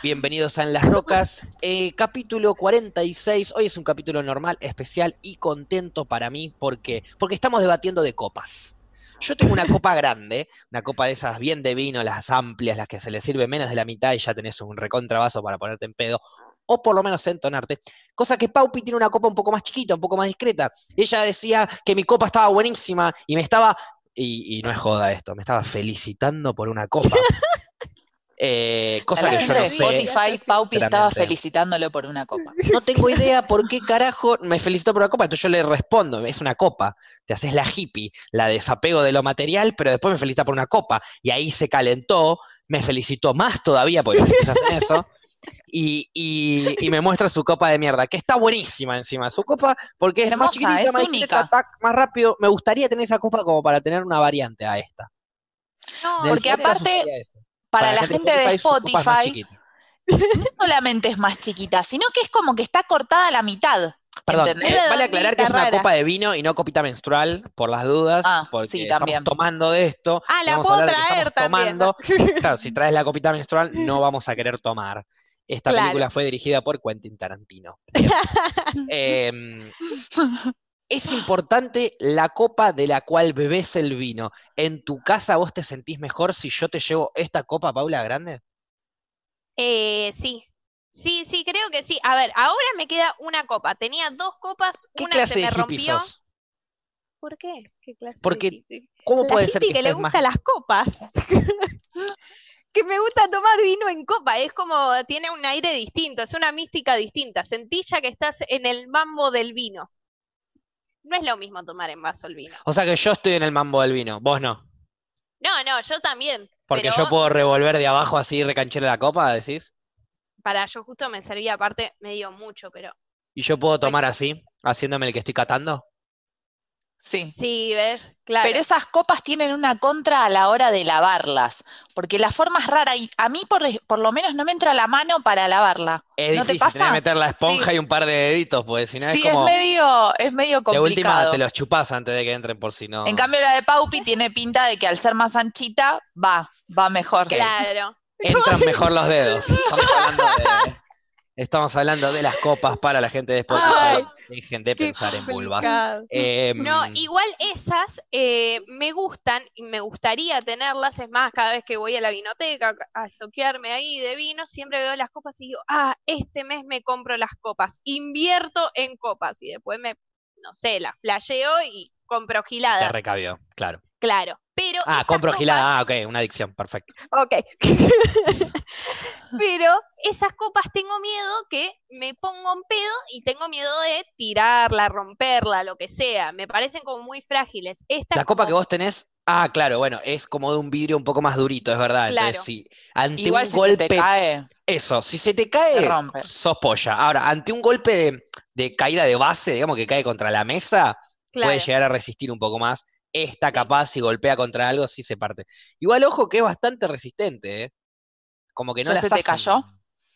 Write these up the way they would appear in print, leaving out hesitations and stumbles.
Bienvenidos a En las Rocas, capítulo 46. Hoy es un capítulo normal, especial y contento para mí porque estamos debatiendo de copas. Yo tengo una copa grande, una copa de esas bien de vino, las amplias, las que se le sirve menos de la mitad y ya tenés un recontravaso para ponerte en pedo, o por lo menos entonarte. Cosa que Paupi tiene una copa un poco más chiquita, un poco más discreta. Ella decía que mi copa estaba buenísima y me estaba, y no es joda esto, me estaba felicitando por una copa. Cosa A la que yo gente no de sé, Spotify, Paupi estaba sinceramente. felicitándolo por una copa. No tengo idea por qué carajo me felicitó por la copa, entonces yo le respondo, es una copa, te haces la hippie, la desapego de lo material, pero después me felicita por una copa, y ahí se calentó, me felicitó más todavía, porque los hippies hacen eso, y me muestra su copa de mierda, que está buenísima encima, su copa, porque es más Hermosa, chiquitita, es más discreta, única. tac, más rápido, me gustaría tener esa copa como para tener una variante a esta. En No, el Porque yo podcast aparte, usaría eso. para Para la la gente de gente de Spotify, su copa es más Spotify, chiquita. no solamente es más chiquita, sino que es como que está cortada a la mitad. Perdón, es ¿Entendés? vale aclarar que redondita, es una rara. copa de vino y no copita menstrual, por las dudas, Ah, sí, porque estamos también. tomando de esto Ah, y la vamos a puedo hablar de que estamos traer también, ¿no? tomando. Claro, si traes la copita menstrual, no vamos a querer tomar. Esta Claro. película fue dirigida por Quentin Tarantino. Bien. Es importante la copa de la cual bebés el vino. ¿En tu casa vos te sentís mejor si yo te llevo esta copa, Paula, grande? Sí. Sí, creo que sí. A ver, ahora me queda una copa. Tenía dos copas, ¿Qué una se clase de me hippie rompió. sos? ¿Por qué? ¿Qué clase de Porque, hippie? ¿cómo La puede ser hippie que que le estés más... gustan las copas. Que me gusta tomar vino en copa. Es como, tiene un aire distinto, es una mística distinta. Sentís ya que estás en el mambo del vino. No es lo mismo tomar en vaso el vino. O sea que yo estoy en el mambo del vino, vos no. No, yo también. Porque Pero yo puedo revolver de abajo así recanchera la copa, decís. yo justo me servía aparte, me dio mucho, pero Y yo puedo re- tomar así, haciéndome el que estoy catando. Sí. sí, ¿ves? Pero Claro. esas copas tienen una contra a la hora de lavarlas, porque la forma es rara y a mí por lo menos no me entra la mano para lavarla. Es ¿No te difícil, tenés que pasa? meter la Sí, esponja y un par de deditos, pues si no es sí, como, es medio de última te complicado. los chupás antes de que entren por si En no. cambio, la de Paupi tiene pinta de que al ser más anchita, va mejor. Ok, Claro. entran mejor los dedos. Estamos hablando de las copas para la gente de Ay, Spotify. Dejen de qué pensar en vulvas. complicado. No, igual esas me gustan y me gustaría tenerlas. Es más, cada vez que voy a la vinoteca a estoquearme ahí de vino, siempre veo las copas y digo, este mes me compro las copas. Invierto en copas y después no sé, las flasheo y compro Y te giladas. recabió, claro. Claro, pero esas Compro copas, gilada. Ok, una adicción, perfecto. ok. Pero esas copas tengo miedo que me pongo en pedo y tengo miedo de tirarla, romperla, lo que sea. Me parecen como muy frágiles. Esta La copa que como, vos tenés, claro, bueno, es como de un vidrio un poco más durito, es verdad. Entonces, claro, si ante Igual un si se te golpe, cae, eso, si se te se cae, rompe. sos polla. Ahora, ante un golpe de caída de base, digamos que cae contra la mesa, puede claro, llegar a resistir un poco más. Esta sí. capaz, si golpea contra algo, sí se parte. Igual, ojo que es bastante resistente, ¿eh? Como que no ¿Ya se las te hacen. cayó?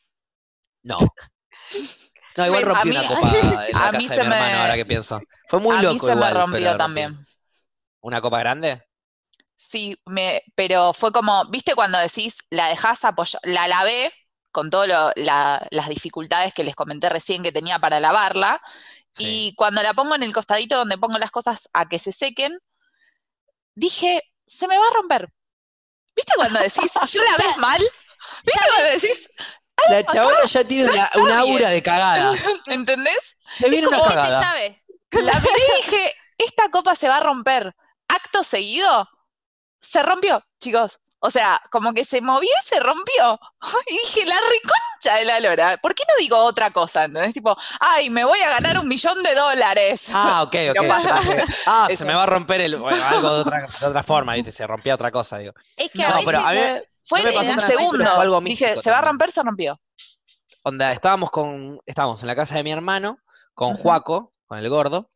No. No, igual Me- rompí A una mí, copa en la a mí casa de se mi hermano, ahora me, que pienso. Fue muy a mí loco se me igual, pero rompió la rompí. también. ¿Una copa grande? Sí, pero fue como, ¿viste cuando decís, la dejás apoyar, la lavé con todas las dificultades que les comenté recién que tenía para lavarla, Sí. y cuando la pongo en el costadito donde pongo las cosas a que se sequen, dije, se me va a romper. ¿Viste cuando decís, yo la ves mal? ¿Viste cuando ¿Sabes? decís, La acá chabona ya tiene no una está aura bien? de cagada. ¿Entendés? Se Es viene una como, ¿Qué se cagada. sabe? la miré y dije, esta copa se va a romper. Acto seguido, se rompió, chicos. O sea, como que se movió y se rompió. Y dije, la reconcha de la lora. ¿Por qué no digo otra cosa? ¿Entendés? Tipo, ay, me voy a ganar $1.000.000. Ok, Y ok. no pasa. Se me Eso. va a romper bueno, algo de otra forma, ¿viste? Se rompía otra cosa, digo. Es que a No, No, pero a veces mí fue no me te en pasó un das tan así, pero fue cuenta. segundo. algo Dije, místico se va a también. romper, se rompió. Onda, estábamos en la casa de mi hermano, con Ujú. Juaco, con el gordo,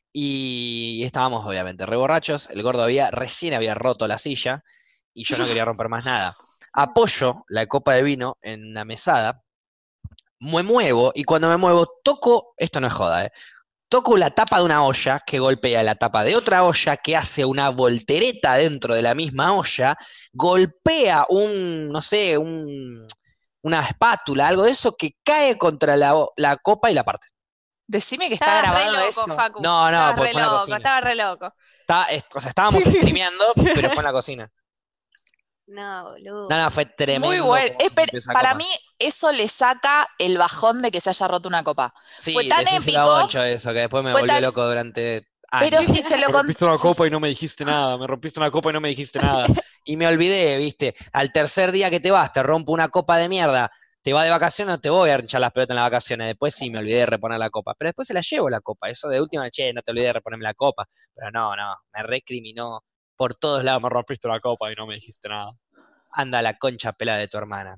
y estábamos obviamente re borrachos. El gordo recién había roto la silla, y yo no quería romper más nada. Apoyo la copa de vino en una mesada, me muevo, y cuando me muevo, toco, esto no es joda, toco la tapa de una olla que golpea la tapa de otra olla que hace una voltereta dentro de la misma olla, golpea no sé, una espátula, algo de eso que cae contra la copa y la parte. Decime que está Estabas re grabado loco, eso. Facu. No, Estabas pues re fue en la loco, cocina. estaba re loco. O sea, estábamos streameando, pero fue en la cocina. No, boludo. No, fue Muy tremendo bueno. cómo se rompió esa Para copa. mí eso le saca el bajón de que se haya roto una copa. Fue Sí, tan decíselo a épico, Goncho eso, que después me fue volvió tan... loco durante Pero años. si se lo Me rompiste una con... copa y no me dijiste nada, me rompiste una copa y no me dijiste nada. Y me olvidé, ¿viste? Al tercer día que te vas, te rompo una copa de mierda, te vas de vacaciones, no te voy a hinchar las pelotas en las vacaciones. Después sí me olvidé de reponer la copa. Pero después se la llevo la copa. Eso de última, che, no te olvidé de reponerme la copa. Pero no, me recriminó. Por todos lados me rompiste una copa y no me dijiste nada. Anda la concha pelada de tu hermana.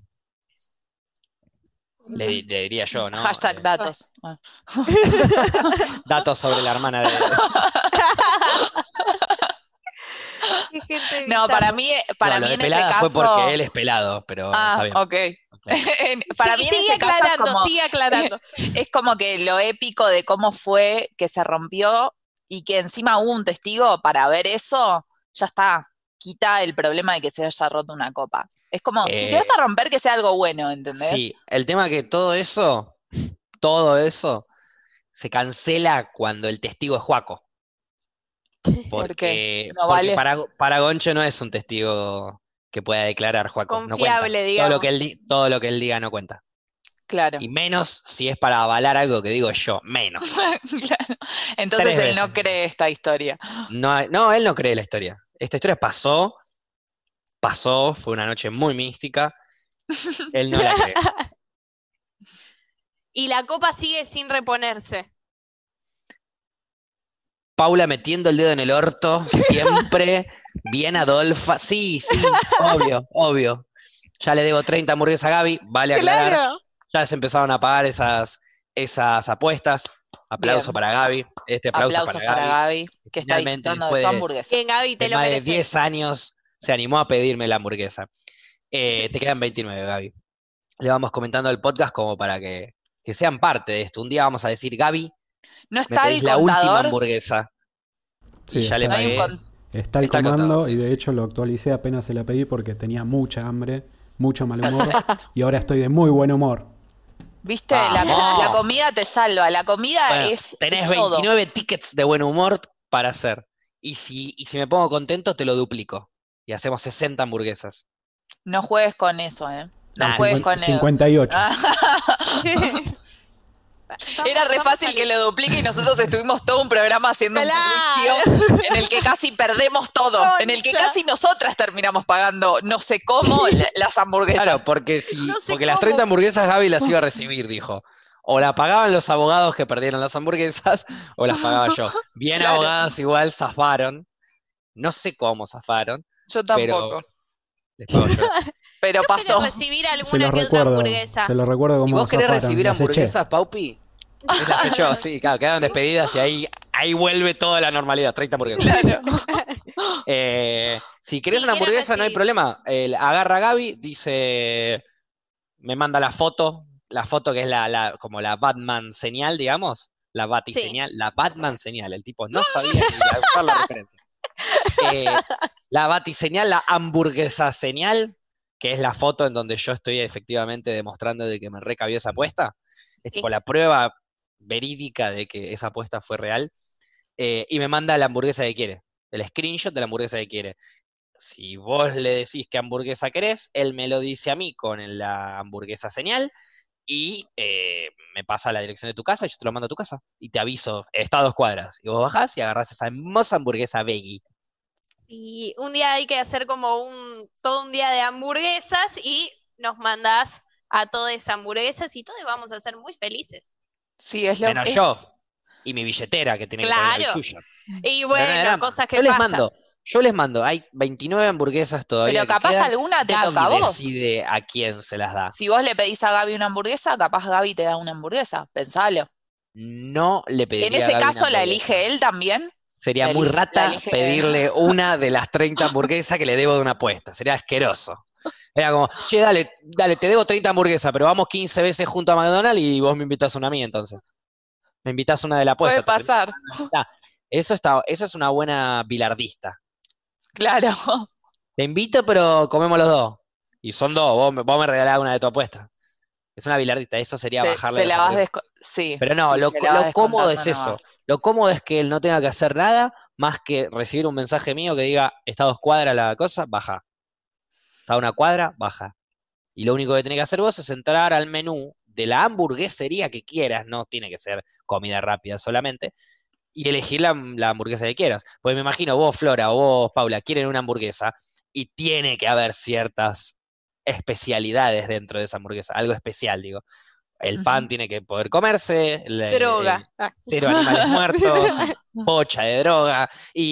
Le diría yo, ¿no? Hashtag datos. Datos sobre la hermana de... Qué gente No, bizarra. para lo mí de en ese pelada caso... fue porque él es pelado, pero está bien. ok. Claro. Para mí en Sigue ese caso es aclarando, como, sigue aclarando. es como que lo épico de cómo fue que se rompió y que encima hubo un testigo para ver eso, ya está, quita el problema de que se haya roto una copa. Es como, si te vas a romper, que sea algo bueno, ¿entendés? Sí, el tema que todo eso se cancela cuando el testigo es Juaco. ¿Por qué? Porque, No porque vale. para Goncho no es un testigo que pueda declarar Juaco, no cuenta. Confiable, digamos. Todo lo que él diga no cuenta. Claro. Y menos si es para avalar algo que digo yo, menos. Claro. Entonces 3 él veces no menos. cree esta historia. No, él no cree la historia. Esta historia pasó, fue una noche muy mística. Él no la cree. Y la copa sigue sin reponerse. Paula metiendo el dedo en el orto, siempre, bien Adolfa. Sí, obvio. Ya le debo 30 hamburguesas a Gaby, vale aclarar. Claro. Ya se empezaron a pagar esas apuestas. Aplauso Bien. para Gaby. Aplauso Aplausos para Gaby. Gaby, que está Finalmente, disfrutando de después su hamburguesa. Bien, Gaby, te de lo más de mereces. 10 años, se animó a pedirme la hamburguesa. Te quedan 29, Gaby. Le vamos comentando el podcast como para que sean parte de esto. Un día vamos a decir, Gaby, ¿No me está pedís el la última contador? hamburguesa. Sí, Y ya le ¿No hay un pagué. Está el Está el comando contador, sí. y de hecho lo actualicé apenas se la pedí porque tenía mucha hambre, mucho mal humor y ahora estoy de muy buen humor. ¿Viste? ¡Vamos! La comida te salva. La comida Bueno, es tenés todo. 29 tickets de buen humor para hacer. Y si me pongo contento, te lo duplico. Y hacemos 60 hamburguesas. No juegues con eso, ¿eh? No Nah, juegues con 58. Era re fácil que lo duplique y nosotros estuvimos todo un programa haciendo un juicio en el que casi perdemos todo, en el que casi nosotras terminamos pagando no sé cómo las hamburguesas. Claro, porque No sé porque las cómo. 30 hamburguesas Gaby las iba a recibir, dijo. O la pagaban los abogados que perdieron las hamburguesas, o las pagaba yo. Bien Claro. abogadas igual zafaron. No sé cómo zafaron, Yo pero tampoco. les pago yo. Pero Yo pasó. quería recibir Se alguna lo que otra recuerdo, hamburguesa. se lo recuerdo ¿Y como vos querés zafaron, recibir las eché. hamburguesas, Paupi? Las eché yo, sí, claro, quedaron despedidas y ahí vuelve toda la normalidad, 30 hamburguesas. Claro. Si querés Sí, una quiero hamburguesa, no hay recibir. problema. Agarra a Gaby, dice, me manda la foto que es como la Batman señal, digamos. La Batiseñal, la Batman señal. El tipo no sabía ni usar la referencia. La Batiseñal, la hamburguesa señal, que es la foto en donde yo estoy efectivamente demostrando de que me recabió esa apuesta. Es tipo la prueba verídica de que esa apuesta fue real. Y me manda la hamburguesa que quiere. El screenshot de la hamburguesa que quiere. Si vos le decís qué hamburguesa querés, él me lo dice a mí con la hamburguesa señal y me pasa la dirección de tu casa y yo te lo mando a tu casa. Y te aviso, está a 2 cuadras. Y vos bajás y agarrás esa hermosa hamburguesa veggie. Y un día hay que hacer como todo un día de hamburguesas y nos mandás a todas hamburguesas y todos vamos a ser muy felices. Sí, es lo Menos yo. Y mi billetera que tiene que tener el Claro. suyo. Y Pero bueno, no hay drama. cosas que Yo les pasan. mando, hay 29 hamburguesas todavía Pero que capaz quedan. alguna te Gaby toca a vos. decide a quién se las da. Si vos le pedís a Gaby una hamburguesa, capaz Gaby te da una hamburguesa. Pensalo. No le pediría En a ese Gaby una caso, ¿la hamburguesa. elige él también? Sería La muy elige- la rata elige- pedirle una de las 30 hamburguesas que le debo de una apuesta. Sería asqueroso. Era como, che, dale, te debo 30 hamburguesas, pero vamos 15 veces junto a McDonald's y vos me invitas una a mí entonces. Me invitas una de la apuesta. Puede pasar. Eso es una buena bilardista. Claro. Te invito, pero comemos los dos. Y son dos, vos me regalás una de tu apuesta. Es una bilardita, eso sería bajarle se las la vas hamburguesas. sí, Pero no, sí, lo, se la vas lo cómodo es descontando, no eso. Lo cómodo es que él no tenga que hacer nada más que recibir un mensaje mío que diga, está a 2 cuadras la cosa, baja. Está a 1 cuadra, baja. Y lo único que tenés que hacer vos es entrar al menú de la hamburguesería que quieras, no tiene que ser comida rápida solamente, y elegir la hamburguesa que quieras. Porque me imagino vos, Flora, o vos, Paula, quieren una hamburguesa y tiene que haber ciertas especialidades dentro de esa hamburguesa, algo especial, digo. El pan Ujú. tiene que poder comerse, Droga. Ah. cero animales muertos, bocha de droga,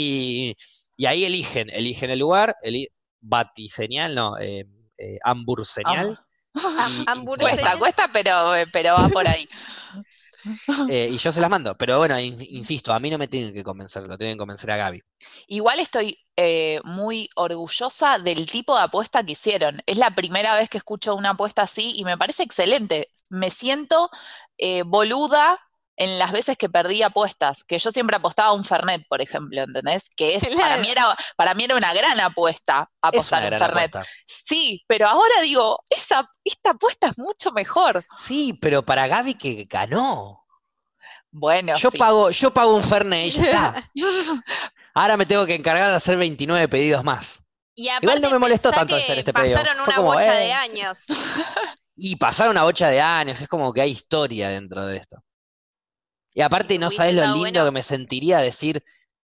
y ahí eligen el lugar, batiseñal, no, hamburseñal, y Cuesta, pero va por ahí. y yo se las mando. Pero bueno, insisto, a mí no me tienen que convencer, lo tienen que convencer a Gaby. Igual estoy muy orgullosa del tipo de apuesta que hicieron. Es la primera vez que escucho una apuesta así y me parece excelente. Me siento boluda en las veces que perdí apuestas, que yo siempre apostaba a un Fernet, por ejemplo, ¿entendés? Que es, Claro. para mí era una gran apuesta Es apostar una un gran Fernet. apuesta. Sí, pero ahora digo, esta apuesta es mucho mejor. Sí, pero para Gaby que ganó. Bueno, Yo sí. pago un Fernet y ya está. Ahora me tengo que encargar de hacer 29 pedidos más. Y Igual no aparte me molestó pensá tanto hacer que este pedido. pasaron Fue una como, bocha de años. Y pasaron una bocha de años, es como que hay historia dentro de esto. Y aparte no Hubiese sabes lo estado lindo bueno. que me sentiría decir,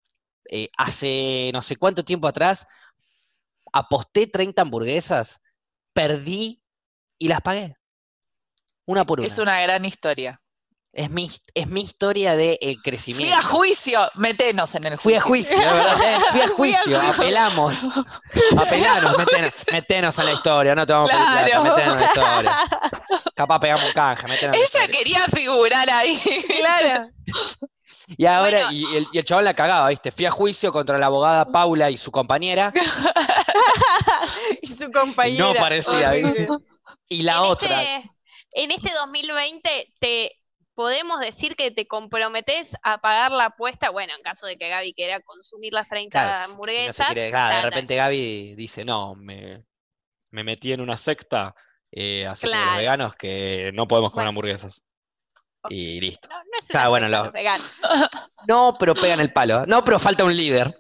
hace no sé cuánto tiempo atrás, aposté 30 hamburguesas, perdí y las pagué. Una por Es una. una gran historia. Es mi historia de Fui crecimiento. a juicio, metenos en el Fui a juicio. juicio, es verdad. Fui a juicio, apelamos. Apelanos, metenos en la historia, no te vamos a pedir plata, Claro. metenos en la historia. Capaz pegamos un canje, metenos en la Ella historia. quería figurar ahí. Claro. Y ahora, Bueno. y el chabón la cagaba, ¿viste? Fui a juicio contra la abogada Paula y su compañera, Y su y compañera. no parecía, Horrible. ¿viste? Y la otra, En este 2020 te podemos decir que te comprometes a pagar la apuesta, bueno, en caso de que Gaby quiera consumir las 30 claro, si no se hamburguesas. quiere, de repente Gaby dice, no, me metí en una secta, así como los Claro. veganos, que no podemos comer Bueno. hamburguesas. Ok. Y listo. No es una Claro, bueno, secta, los veganos. no, pero pegan el palo. No, pero falta un líder.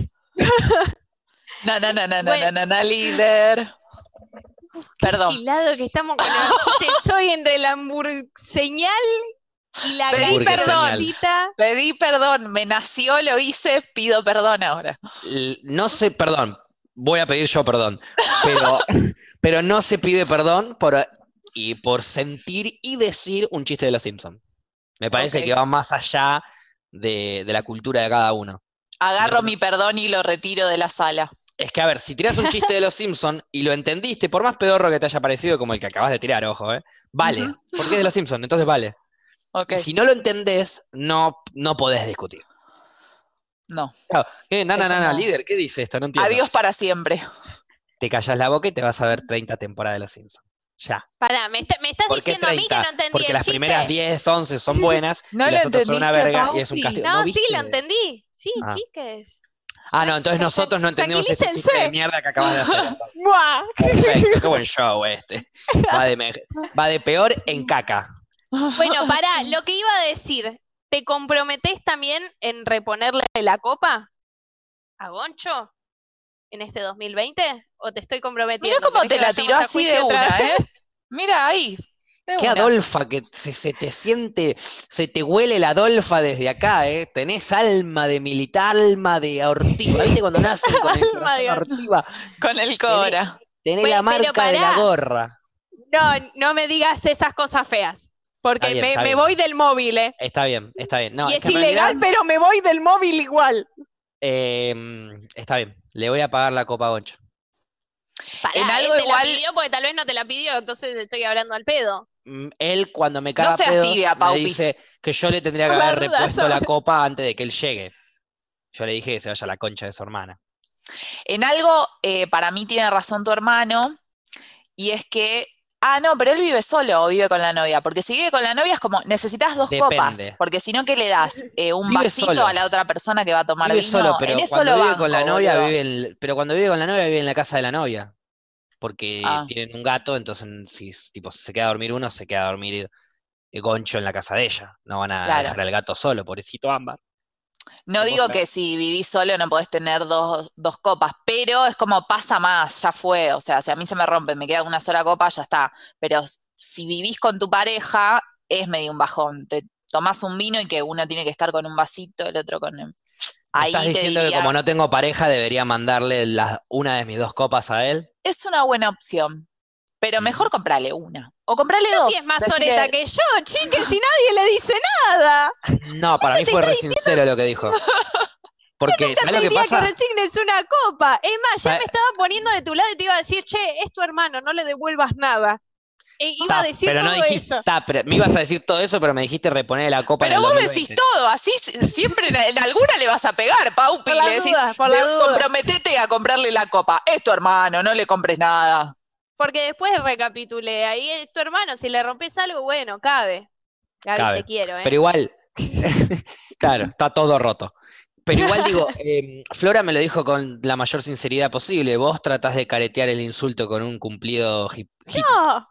No, líder. Perdón. Gilado que estamos con los chistes. Soy entre la hamburgueseñal y la Pedí galleta. Pedí perdón, me nació, lo hice, pido perdón ahora. No sé, perdón, voy a pedir yo perdón, pero no se pide perdón por sentir y decir un chiste de los Simpsons. Me parece Ok. que va más allá de la cultura de cada uno. Agarro mi perdón y lo retiro de la sala. Es que, a ver, si tirás un chiste de los Simpsons y lo entendiste, por más pedorro que te haya parecido, como el que acabas de tirar, ojo, vale, Ujú. porque es de los Simpsons, entonces vale. Ok. Y si no lo entendés, no podés discutir. No. Claro, Es como, líder, ¿qué dice esto? No entiendo. adiós para siempre. Te callás la boca y te vas a ver 30 temporadas de los Simpsons. Ya. Pará, me estás ¿Por qué diciendo a mí que 30? no entendí Porque el las chiste. primeras 10, 11 son buenas No y lo las otras son una entendiste, verga y es un Paupi. castigo. No, ¿viste? sí, lo entendí. Sí, Ah. chiques. Entonces nosotros no entendemos este chiste de Tranquilícense. mierda que acabas de hacer. ¡Buah! Perfecto, qué buen show este. Va de peor en caca. Bueno, pará, lo que iba a decir, ¿te comprometés también en reponerle la copa a Goncho en este 2020? ¿O te estoy comprometiendo? Mira cómo ¿Querés te que la vayamos tiró a así juicio de otra una, vez? Mira ahí. De Qué una. Adolfa, que se te siente, se te huele la Adolfa desde acá, ¿eh? Tenés alma de militar, alma de ortiva. ¿Viste cuando nacen con el Alma de corazón ortiva? Con el Cora. Tenés Bueno, la pero marca de la pará. gorra. No me digas esas cosas feas, porque Está bien, está me bien. voy del móvil, ¿eh? Está bien, está bien. No, Y es es que en ilegal, realidad, pero me voy del móvil igual. está bien. Le voy a pagar la copa a Goncho. Pará, En algo él te igual- la pidió porque tal vez no te la pidió, entonces estoy hablando al pedo. Él cuando me caga seas pedos, tibia, me Paupi. dice que yo le tendría que Por la haber duda, repuesto la ¿sabes? copa antes de que él llegue. Yo le dije que se vaya a la concha de su hermana. En algo, para mí tiene razón tu hermano, y es que, no, pero él vive solo o vive con la novia, porque si vive con la novia es como, necesitas 2 copas, Depende. porque si no, ¿qué le das? ¿Un Vive vasito solo. a la otra persona que va a tomar Vive vino? solo, pero En eso cuando lo vive banco, con la novia boludo. pero cuando vive con la novia vive en la casa de la novia. porque Ah, tienen un gato, entonces si tipo, se queda a dormir uno, se queda a dormir Goncho en la casa de ella. No van a claro. dejar al gato solo, pobrecito Ámbar. No Vos digo sabés. que si vivís solo no podés tener dos copas, pero es como pasa más, ya fue. O sea, si a mí se me rompe, me queda una sola copa, ya está. Pero si vivís con tu pareja, es medio un bajón. Te tomás un vino y que uno tiene que estar con un vasito, el otro con ¿Me estás Ahí te diciendo que como diría, no tengo pareja, debería mandarle una de mis 2 copas a él? es una buena opción, pero Mm. mejor comprarle una. O comprarle Y es dos. más soreta Decirle, que yo, chiques, y nadie le dice nada. No, para mí Te fue está re diciendo, sincero lo que dijo. Porque, nunca ¿sabes te lo que diría que pasa? resignes una copa. Es más, ya ¿Sabe- me estaba poniendo de tu lado y te iba a decir, che, es tu hermano, no le devuelvas nada. Iba a decir pero no todo dijiste, eso. me ibas a decir todo eso, pero me dijiste reponer la copa en pero el vos decís 2020. todo, así siempre en alguna le vas a pegar, Paupi, Por y la le decís, duda, por la duda. comprometete a comprarle la copa. Es tu hermano, no le compres nada. Porque después recapitulé, ahí es tu hermano, si le rompes algo, bueno, cabe. Gaby, te Cabe. quiero, Pero igual, claro, está todo roto. Pero igual digo, Flora me lo dijo con la mayor sinceridad posible. Vos tratás de caretear el insulto con un cumplido hippie. No,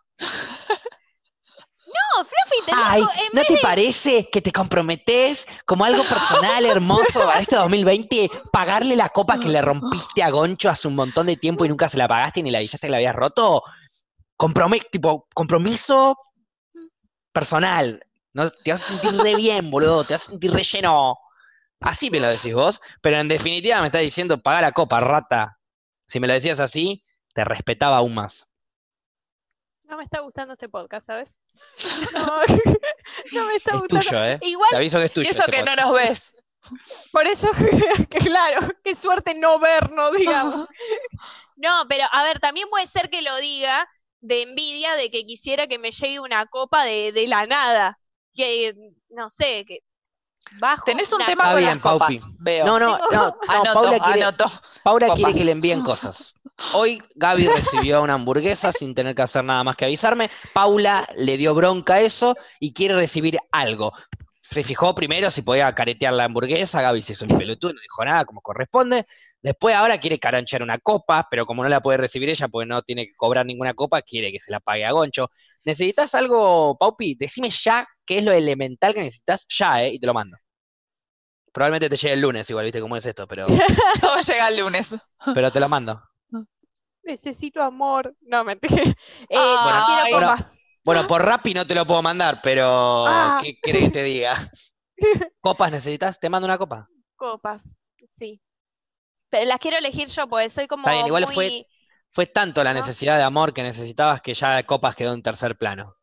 no, Fluffy, te Ay, dijo, en ¿no te vez de... parece que te comprometés como algo personal, hermoso, a este 2020, pagarle la copa que le rompiste a Goncho hace un montón de tiempo y nunca se la pagaste ni le avisaste que la habías roto? Compromiso personal. ¿No? Te vas a sentir re bien, boludo, te vas a sentir re lleno. Así me lo decís vos, pero en definitiva me estás diciendo, paga la copa, rata. Si me lo decías así, te respetaba aún más. No me está gustando este podcast, ¿sabes? No, no me está Es gustando. tuyo, ¿eh? Igual, Te aviso que es Y tuyo eso este que no podcast. nos ves. por eso, que claro, qué suerte no vernos, digamos. No, pero a ver, también puede ser que lo diga de envidia de que quisiera que me llegue una copa de la nada. Que, no sé, que bajo Tenés un una tema Está con bien, las Paupi. copas, veo. No, no, Tengo... no, no, Anoto, anoto. Paula quiere que le Copas. envíen cosas. Hoy Gaby recibió una hamburguesa sin tener que hacer nada más que avisarme. Paula le dio bronca a eso y quiere recibir algo. Se fijó primero si podía caretear la hamburguesa, Gaby se hizo el pelotudo, no dijo nada como corresponde. Después ahora quiere caranchar una copa, pero como no la puede recibir ella porque no tiene que cobrar ninguna copa, quiere que se la pague a Goncho. ¿Necesitas algo, Paupi? Decime ya qué es lo elemental que necesitas ya, y te lo mando. Probablemente te llegue el lunes, igual, viste cómo es esto, Todo llega el lunes. pero te lo mando. Necesito amor. No, mentira. Bueno, Quiero Ay, bueno, copas. bueno, por Rappi no te lo puedo mandar, pero Ah, ¿qué querés que te diga? ¿Copas necesitas? Te mando una copa. copas, sí. Pero las quiero elegir yo, porque soy Está bien, como igual muy... fue tanto la ¿no? necesidad de amor que necesitabas que ya copas quedó en tercer plano.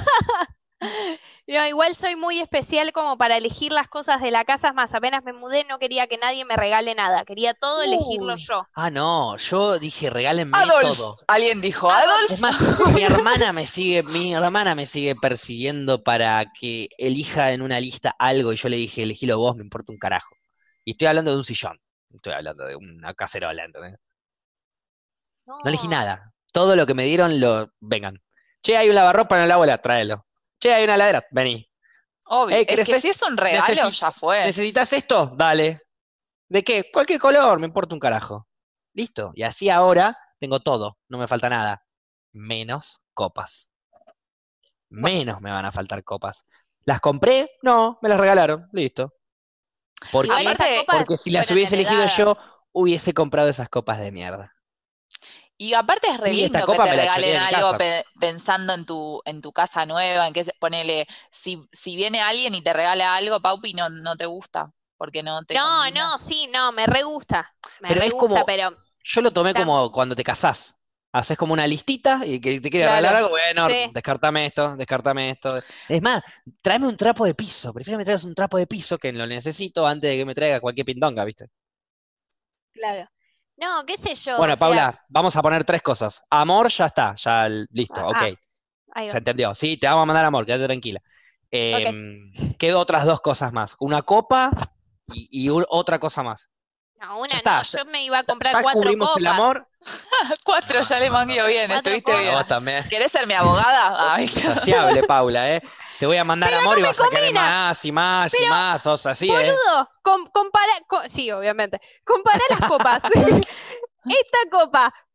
No, igual soy muy especial como para elegir las cosas de la casa, es más, apenas me mudé no quería que nadie me regale nada, quería todo elegirlo Uy. yo. Ah, no, yo dije, regálenme Adolf. todo. Alguien dijo, Adolf. Es Adolf. más, mi hermana me sigue persiguiendo para que elija en una lista algo y yo le dije, elegilo vos, me importa un carajo. Y estoy hablando de un sillón, estoy hablando de una cacerola, ¿entendés? No elegí No, nada. Todo lo que me dieron, vengan. Che, hay un lavarropa en la abuela, tráelo. Che, hay una heladera, vení. Obvio. Es ¿Querés que si esto? es un regalo, ya fue. ¿Necesitas esto? Dale. ¿De qué? Cualquier color, me importa un carajo. Listo. Y así ahora tengo todo, no me falta nada. Menos copas. bueno, Menos me van a faltar copas. ¿Las compré? No, me las regalaron. Listo. ¿Por igual qué? estas Aparte, copas Porque si las fueron hubiese elegido yo, heredadas. hubiese comprado esas copas de mierda. y aparte es re Y esta lindo que copa te me la regalen choreé en mi algo casa. pensando en tu casa nueva, en que ponele, si viene alguien y te regala algo, Paupi, no te gusta, porque no te No, combina. no, sí, no, me re gusta, Pero es como, pero yo lo tomé tam- como cuando te casás. Haces como una listita y que te quiere regalar Claro. algo, bueno, sí, descartame esto, descartame esto. Es más, tráeme un trapo de piso. Prefiero que me traigas un trapo de piso que lo necesito antes de que me traiga cualquier pindonga, ¿viste? claro. No, qué sé yo, o Bueno, sea, Paula, vamos a poner 3 cosas. Amor, ya está, listo, ok. ahí Se va, entendió. Sí, te vamos a mandar amor, quédate tranquila. ok. Quedo otras 2 cosas más. Una copa y otra cosa más. No, Ya una está, no, yo me iba a comprar ya 4 cubrimos el copas. amor. 4 ya le mangueo bien, 4 estuviste copas. bien. Vos también. ¿Querés ser mi abogada? Sos Ay, insaciable, Paula, ¿eh? Te voy a mandar Pero amor no y me vas a querer combina. más y más y Pero, más. Sos así, ¿eh? boludo, sí, obviamente. Compará las copas. Esta copa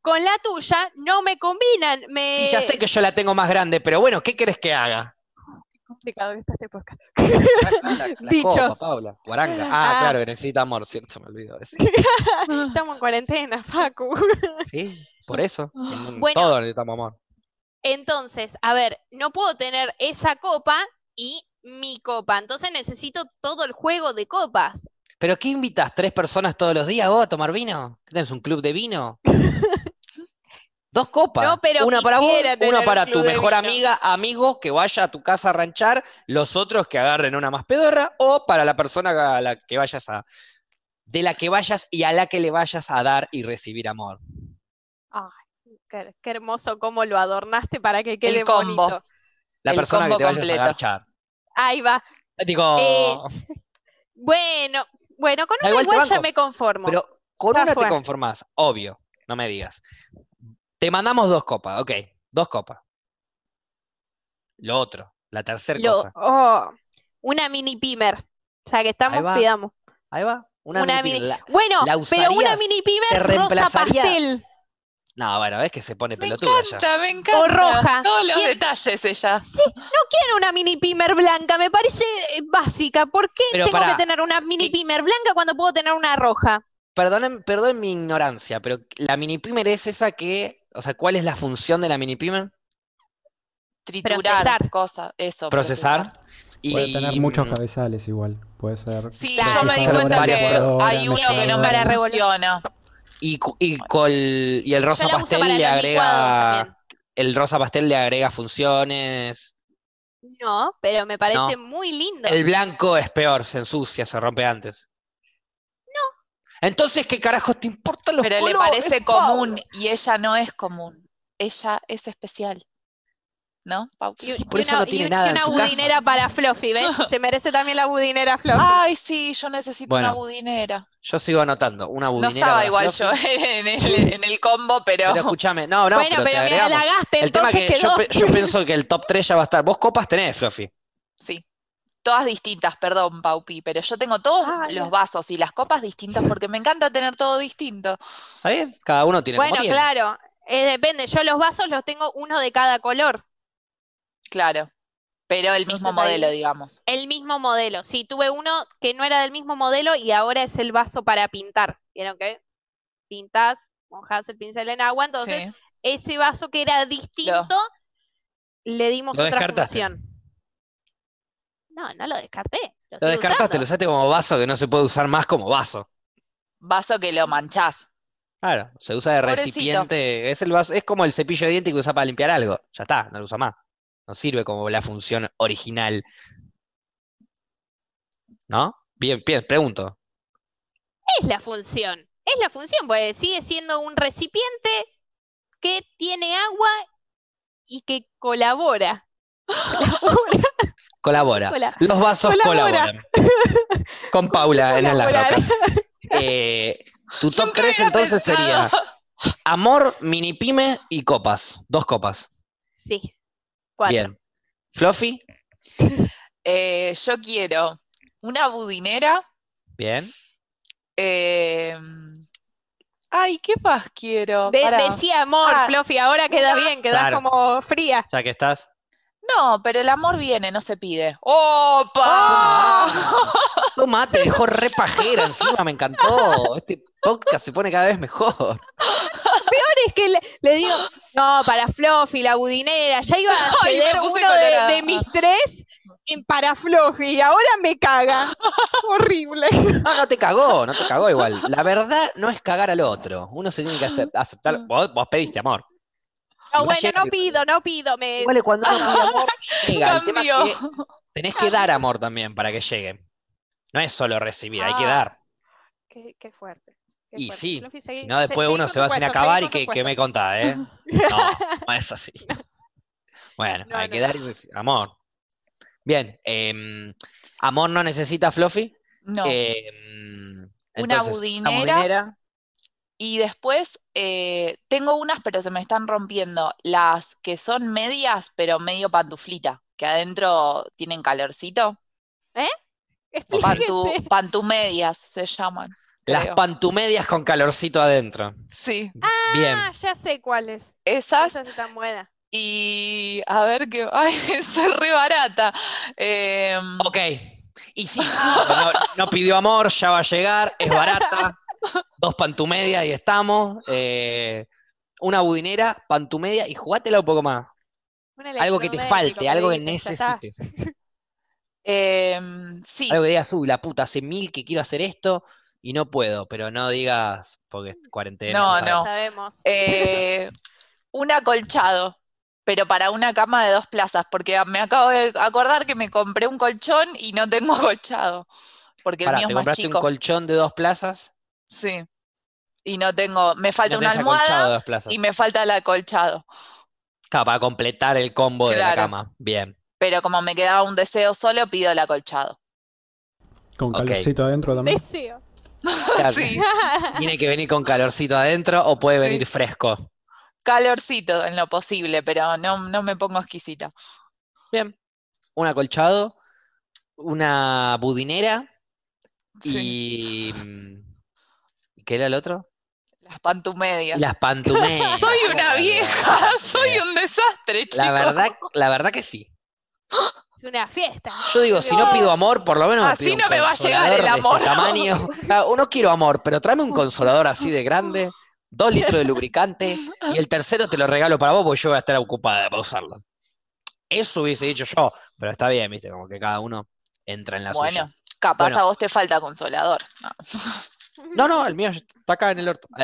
con la tuya no me combinan. Sí, ya sé que yo la tengo más grande, pero bueno, ¿qué querés que haga? Complicado que está este podcast. La Dichos. copa, Paula. Guaranga. Ah, claro, que necesita amor, cierto, me olvido de eso. Estamos en cuarentena, Facu. Sí, por eso. Bueno. Todos necesitamos amor. Entonces, a ver, no puedo tener esa copa y mi copa. Entonces necesito todo el juego de copas. ¿Pero qué invitas? ¿3 personas todos los días vos a tomar vino? ¿Qué tenés, un club de vino? 2 copas. No, pero Una para vos, quisiera tener una un para club tu de mejor vino. amiga, amigo, que vaya a tu casa a ranchar, los otros que agarren una más pedorra, o para la persona a la que vayas de la que vayas y a la que le vayas a dar y recibir amor. Ay, qué hermoso cómo lo adornaste para que quede El combo. bonito. La El persona que combo te vayas completo. a garchar. Ahí va. Digo, Bueno, con da una igual te igual ya banco, me conformo. pero con Ya una te fue. conformás, obvio, no me digas. Te mandamos 2 copas, ok, 2 copas. Lo otro, la tercera cosa. Una mini pimer. Ya que Ahí estamos, va, pidamos. ahí va. Una Una mini mini. pila. Bueno, ¿La pero una usarías? mini ¿Te pimer rosa reemplazaría? pastel. No, bueno, ves que se pone Me pelotuda ya. encanta, me encanta. O roja. Todos los ¿Quién? detalles ella. Sí, no quiero una mini pimer blanca, me parece básica. ¿Por qué Pero tengo pará, que tener una mini ¿qué- pimer blanca cuando puedo tener una roja? Perdonen mi ignorancia, pero la mini primer es esa que, o sea, ¿cuál es la función de la mini primer? Triturar Procesar. cosas, eso, Procesar. Puede tener muchos Y cabezales igual. Puede ser Sí, Claro. yo me di Procesadora, cuenta que licuadora, hay uno que no me Para revolver. funciona. y el rosa Yo la uso pastel para le los licuados agrega. también. El rosa pastel le agrega funciones. No, pero me parece No. muy lindo. El blanco es peor, se ensucia, se rompe antes. No. Entonces, ¿qué carajos te importan los Pero le colores, parece Paula? común y ella no es común. Ella es especial. ¿No, Pau? Sí, por eso no tiene nada en una su casa. budinera para Fluffy, ¿ves? Se merece también la budinera Fluffy. Ay, sí, yo necesito una Bueno, budinera. Yo sigo anotando. Una No budinera estaba para igual Fluffy. yo en el combo, Pero escúchame, no, bueno, pero te pero me agregamos. halagaste, El tema entonces que quedó. yo pienso que el top 3 ya va a estar. Vos copas tenés, Fluffy. Sí. Todas distintas, perdón, Paupi, pero yo tengo todos Ah, los ya. vasos y las copas distintas porque me encanta tener todo distinto. ¿Está bien? Cada uno tiene como Bueno, tiene. claro, depende. Yo los vasos los tengo uno de cada color. Claro, pero el mismo Entonces ahí- modelo, digamos. El mismo modelo. Sí, tuve uno que no era del mismo modelo y ahora es el vaso para pintar. ¿Vieron que? Pintás, mojás el pincel en agua, entonces Sí. ese vaso que era distinto, le dimos Lo otra descartaste. función. No lo descarté. Lo Lo sigo descartaste, usando. lo usaste como vaso que no se puede usar más como vaso. Vaso que lo manchás. Claro, se usa de Pobrecito. recipiente. Es el vaso, es como el cepillo de dientes que usa para limpiar algo. Ya está, no lo usa más. No sirve como la función original. ¿No? Bien, pregunto. Es la función. Es la función, porque sigue siendo un recipiente que tiene agua y que colabora. Colabora. Cola- Los vasos colabora. colaboran. Con Paula en las Colaborar. rocas. Tu top Nunca 3 había entonces pensado. sería amor, mini pyme y copas. 2 copas. Sí. 4. Bien. Fluffy, Yo quiero una budinera. bien. Ay, ¿qué más quiero? Pará. Decía amor, Ah, Fluffy, ahora queda bien, quedás Claro. como fría. Ya que estás. No, pero el amor viene, no se pide. ¡Opa! Toma, te dejó re pajera encima, me encantó. Este podcast se pone cada vez mejor. Es que le digo, no, para Fluffy, la budinera, ya iba a Ay, me ceder puse uno colorada. de mis 3 en para Fluffy, y ahora me caga. Horrible. No te cagó, no te cagó igual. La verdad no es cagar al otro. Uno se tiene que aceptar. Vos pediste amor. No, Igual bueno, llega- no pido. Igual es cuando uno pide amor, llega. El tema es Cambio. que tenés que dar amor también para que llegue. No es solo recibir, hay que Ah, dar. Qué fuerte. qué Y fuerte. sí, Fluffy, si no después seguí uno con se tu va sin cuento, acabar seguí y con tu que me cuento. contás, ¿eh? No es así. Bueno, No, hay no, que no. dar y amor. Bien, amor no necesita Fluffy. No. Entonces, budinera. una budinera. Y después tengo unas, pero se me están rompiendo. Las que son medias, pero medio pantuflita, que adentro tienen calorcito. Explíquese. Pantumedias se llaman. Las creo. pantumedias con calorcito adentro. Sí, Bien. Ah, ya sé cuáles. esas. Esas están buenas. Y a ver qué. Ay, es re barata. Ok. Y sí, no pidió amor, ya va a llegar, es barata. 2 pantumedias y estamos. Una budinera, pantumedia y jugátela un poco más. Un Algo que te electrodoméstico, falte, me algo que dijiste, ya está. necesites. sí, Algo que digas, la puta, hace 1000 que quiero hacer esto y no puedo, pero no digas, porque es cuarentena, ya no, sabes. Ya no. sabemos. Un acolchado, pero para una cama de 2 plazas, porque me acabo de acordar que me compré un colchón y no tengo acolchado, porque el Pará, mío te es más compraste un chico. colchón de 2 plazas Sí, y no tengo, me y falta no una tenés acolchado de almohada 2 y plazas. me falta el acolchado. Claro, para completar el combo de la Claro, cama. Bien, pero como me quedaba un deseo solo, pido el acolchado. Con ok. calorcito adentro también. Deseo. Claro, Sí, tiene que venir con calorcito adentro o puede venir sí. fresco. Calorcito en lo posible, pero no me pongo exquisita. Bien, un acolchado, una budinera Sí, y... ¿y qué era el otro? las Y pantumedias. las pantumedias. Soy una Olvídate de vieja, las soy pantumedias. un desastre, La chicos. verdad que sí. Es una fiesta. Yo digo, si no pido amor, por lo menos me pido Así un no me va a llegar consolador el de este amor. tamaño. No quiero amor, pero tráeme un consolador así de grande, 2 litros de lubricante, y el tercero te lo regalo para vos porque yo voy a estar ocupada para usarlo. Eso hubiese dicho yo, pero está bien, viste, como que cada uno entra en la suya. Bueno, capaz Bueno, a vos te falta consolador. no, el mío está acá en el orto.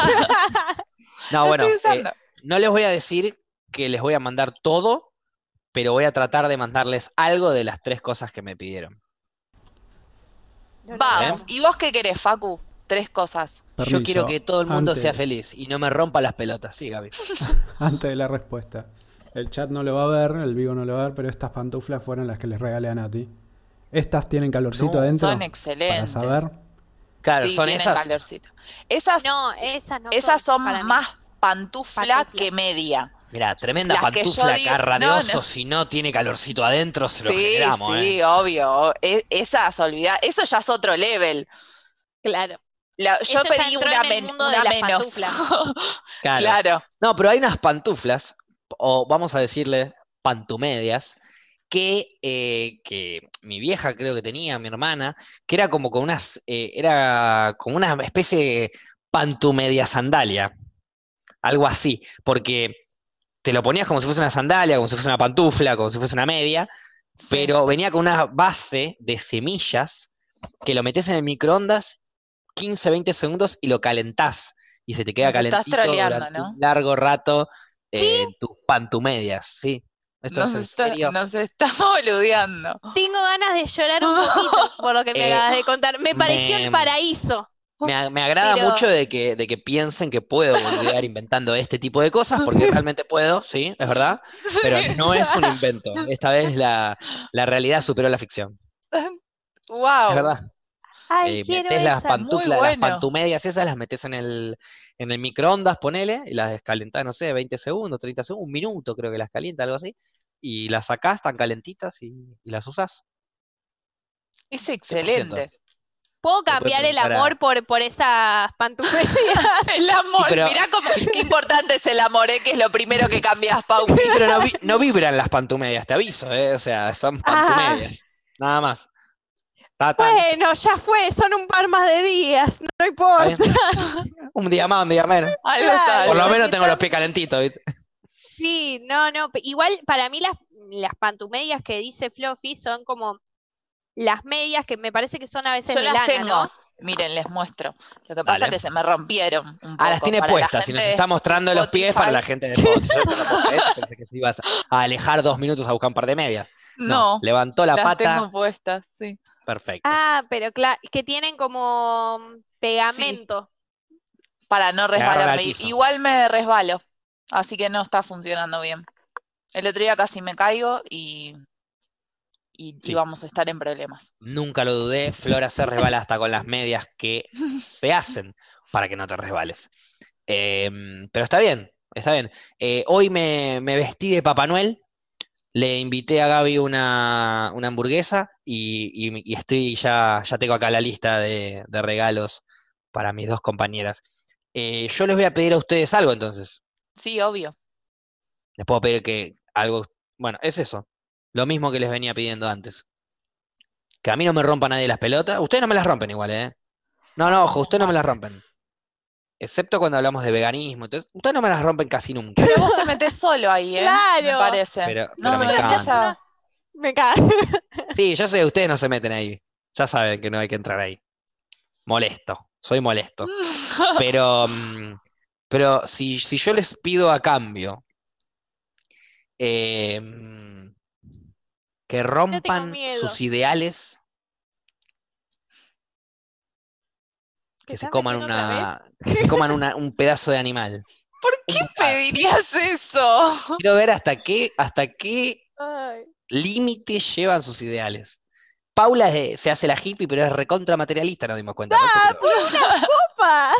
No, Lo estoy bueno, usando. no les voy a decir que les voy a mandar todo, pero voy a tratar de mandarles algo de las 3 cosas que me pidieron. No lo Vamos. vemos. ¿Y vos qué querés, Facu? 3 cosas. Yo quiero Permiso, que todo el mundo sea antes, feliz y no me rompa las pelotas, sí, Gaby. antes de la respuesta. El chat no lo va a ver, el vivo no lo va a ver, pero estas pantuflas fueron las que les regalé a Nati. Estas tienen calorcito No, adentro. Son Para excelentes. saber. Claro, Sí, son tienen esas. calorcito. Esas, No, esas no esas son para mí. más pantufla Pantufla. que media. Mirá, tremenda Las que yo pantufla digo. cara de No, oso, no. si no tiene calorcito adentro, se lo Sí, generamos, sí, obvio. Esas, olvidá. Eso ya es otro level. Claro. Yo Eso ya pedí entró una, en el mundo de una las menos. pantuflas. Claro. Claro. No, pero hay unas pantuflas, o vamos a decirle pantumedias, que mi vieja creo que tenía, mi hermana, que era como con era como una especie de pantumedia sandalia, algo así, porque te lo ponías como si fuese una sandalia, como si fuese una pantufla, como si fuese una media, Sí. pero venía con una base de semillas que lo metes en el microondas 15, 20 segundos y lo calentás. Y se te queda Nos estás calentito troleando, durante un ¿no? largo rato en tus pantumedias, ¿sí? Esto es en serio. Nos está boludeando. Tengo ganas de llorar un poquito por lo que me Eh, acabas de contar. Me pareció el me, paraíso. me agrada Pero mucho de que piensen que puedo boludear inventando este tipo de cosas, porque realmente puedo, sí, es verdad, pero no es un invento. Esta vez la realidad superó la ficción. Es Wow, verdad. ay, quiero Metés las esas. muy pantuflas, las bueno. pantumedias esas, las metés en el microondas, ponele, y las descalentás, no sé, 20 segundos, 30 segundos, un minuto creo que las calienta, algo así, y las sacás, están calentitas y las usás. Es 100%. excelente. ¿Puedo Le puedes cambiar el preguntar a... amor por esas pantuflas? El amor, pero- mirá qué importante es el amor, que es lo primero que cambias, Pau. Sí, pero no vibran las pantumedias, te aviso, o sea, son pantumedias, nada más. Bueno, ya fue, son un par más de días, no ¿Está importa. bien? Un día más, un día menos. Algo Claro. sale. Por lo porque menos tengo los son- pies calentitos, ¿viste? Sí, no, igual para mí las pantumedias que dice Fluffy son como las medias que me parece que son a veces Yo de las lana, tengo. ¿no? Miren, les muestro. Lo que pasa Dale. es que se me rompieron un poco. Las tiene para la puestas, y gente nos de está mostrando los pies para la Spotify. gente de Spotify. Yo no puedo creer, pensé que te ibas a alejar 2 minutos a buscar un par de medias. No, Levantó la las pata, tengo puestas, sí. perfecto. Ah, pero claro, que tienen como pegamento. Para no Te agarran al resbalarme. piso. Igual me resbalo, así que no está funcionando bien. El otro día casi me caigo y Sí. vamos a estar en problemas. Nunca lo dudé, Flora se resbala hasta con las medias que se hacen para que no te resbales. Pero está bien, está bien. Hoy me vestí de Papá Noel, le invité a Gaby una hamburguesa y estoy ya tengo acá la lista de regalos para mis dos compañeras. Yo les voy a pedir a ustedes algo entonces. Sí, obvio. Les puedo pedir que algo, bueno, es eso, lo mismo que les venía pidiendo antes. Que a mí no me rompa nadie las pelotas. Ustedes no me las rompen igual, ¿eh? No, no, ojo, ustedes no me las rompen. Excepto cuando hablamos de veganismo. Entonces, ustedes no me las rompen casi nunca. Pero vos te metés solo ahí, ¿eh? Me Claro. parece. Pero No, me no, encanta. esa- Me cae. Sí, yo sé, ustedes no se meten ahí. Ya saben que no hay que entrar ahí. Molesto, soy molesto. Pero si yo les pido a cambio eh, que rompan miedo. sus ideales, ¿Te que se estás coman metiendo otra que se coman un pedazo de animal. ¿Por qué pedirías eso? Quiero ver hasta qué Ay. límite llevan sus ideales. Paula se hace la hippie, pero es recontra materialista, nos dimos cuenta. Por eso quiero- ¡Copas!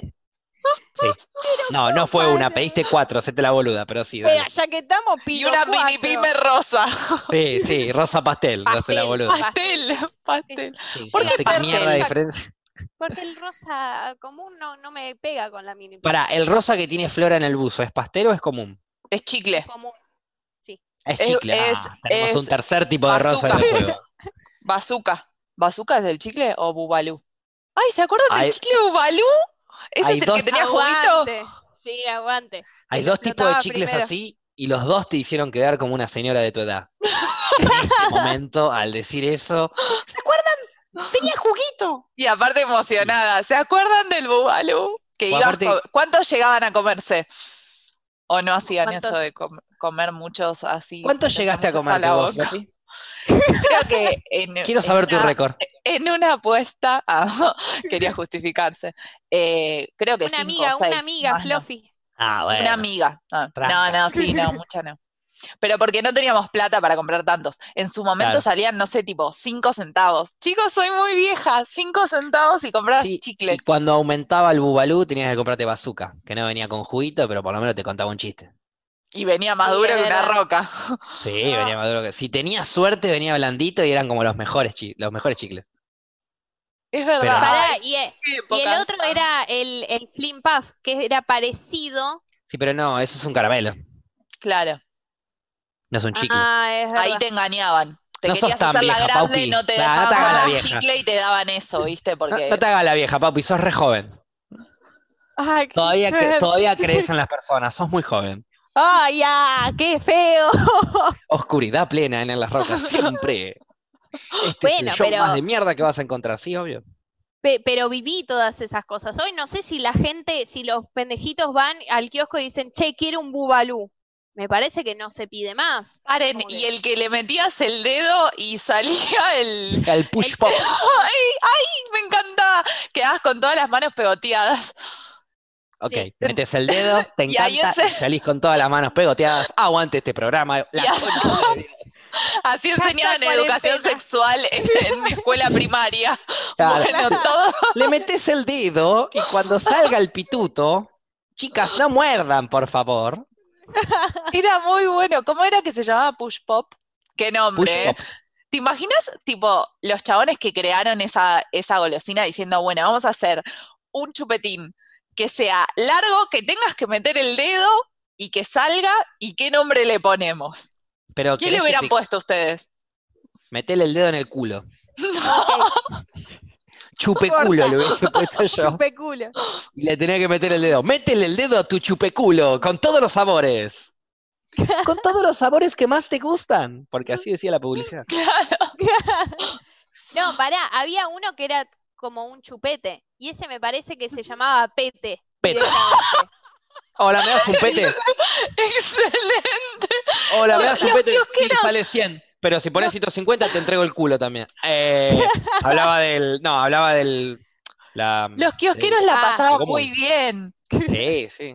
Sí. No fue una, pediste 4, hacete la boluda, pero sí, Pero dale. ya que estamos, Y pido una mini 4. pyme rosa. Sí, rosa pastel, no hace la Pastel. boluda. Pastel, pastel. Sí, ¿Por no qué sé qué pastel? mierda de diferencia. Porque el rosa común no me pega con la mini pyme. Pará, el rosa que tiene Flora en el buzo, ¿es pastel o es común? Es chicle. Es común. Es Es- chicle. es- Tenemos un es tercer tipo de rosa en el bazooka. juego. Bazooka. ¿Bazooka es del chicle o bubalú? Ay, ¿se acuerdan del Hay- chicle bubalú? ¿Ese hay es el dos- que tenía juguito? Aguante. Sí, aguante. Hay El dos que tipos de explotaba chicles primero. así y los dos te hicieron quedar como una señora de tu edad. En este momento, al decir eso, ¿se acuerdan? Tenía juguito. Y aparte emocionada. ¿Se acuerdan del bubalú? Que O ibas aparte- ¿Cuántos llegaban a comerse? ¿O no hacían ¿Cuántos? eso de comer muchos así? ¿Cuántos llegaste a muchos comerte la vos, boca? Floppy? Creo que Quiero saber tu récord. en una apuesta, quería justificarse, creo que 5 o 6. Una amiga, más no. Fluffy. Bueno. Una amiga. Tranca. No, sí, no, mucha no. Pero porque no teníamos plata para comprar tantos. En su momento Claro. salían, no sé, tipo 5 centavos. Chicos, soy muy vieja. 5 centavos y comprabas Sí, y chicles. cuando aumentaba el bubalú tenías que comprarte bazooka, que no venía con juguito, pero por lo menos te contaba un chiste. Y venía más Sí, duro es que una verdad. roca. Sí, venía más duro que... Si tenías suerte venía blandito y eran como los mejores chicles. Es verdad. Pero- Pará, Ay, y el qué épocas. otro era el Flim Puff, que era parecido. Sí, pero no, eso es un caramelo, Claro. no es un chicle. Es Ahí verdad. te engañaban. Te No sos querías tan hacer la vieja, grande Paupi. y no te Claro, no dejaban te hagas la comer vieja. chicle y te daban eso, ¿viste? Porque No te hagas la vieja, papi, sos re joven. Ay, qué Todavía, suerte. todavía crees en las personas, sos muy joven. ¡Ay, ya! ¡Qué feo! Oscuridad plena en las rocas, siempre. Este Bueno, es el show pero- más de mierda que vas a encontrar, sí, obvio. Pero viví todas esas cosas. Hoy no sé si la gente, si los pendejitos van al kiosco y dicen, che, quiero un bubalú. Me parece que no se pide más. paren, Como y que- el que le metías el dedo y salía el... El push pop. ¡Ay, me encantaba! Quedabas con todas las manos pegoteadas. Ok, Sí. metes el dedo, te Y ahí encanta, y salís con todas las manos pegoteadas. Aguante este programa. La Y así- concha de Dios. Así enseñaban Hashtag educación cuarentena. sexual en escuela primaria. Claro. Bueno, todo... Le metes el dedo y cuando salga el pituto, chicas, no muerdan, por favor. Era muy bueno. ¿Cómo era que se llamaba Push Pop? Qué nombre, Push ¿eh? pop. ¿Te imaginas, tipo, los chabones que crearon esa golosina diciendo, bueno, vamos a hacer un chupetín que sea largo, que tengas que meter el dedo y que salga, y qué nombre le ponemos? Pero ¿Qué querés le que hubieran te- puesto ustedes? metele el dedo en el culo. Ok, Chupeculo corta. le hubiese puesto yo. Chupeculo. Y le tenía que meter el dedo. Métele el dedo a tu chupeculo, con todos los sabores. Con todos los sabores que más te gustan. Porque así decía la publicidad. No, pará, había uno que era como un chupete. Y ese me parece que se llamaba pete. Pete. directamente. Hola, ¿me das un pete? ¡Excelente! Hola, ¿me das un Los pete? Sí, kiosqueros. sale 100. Pero si pones 150 te entrego el culo también. Hablaba del... No, hablaba del... Los kiosqueros la Ah, pasaban ¿cómo? muy bien. Sí.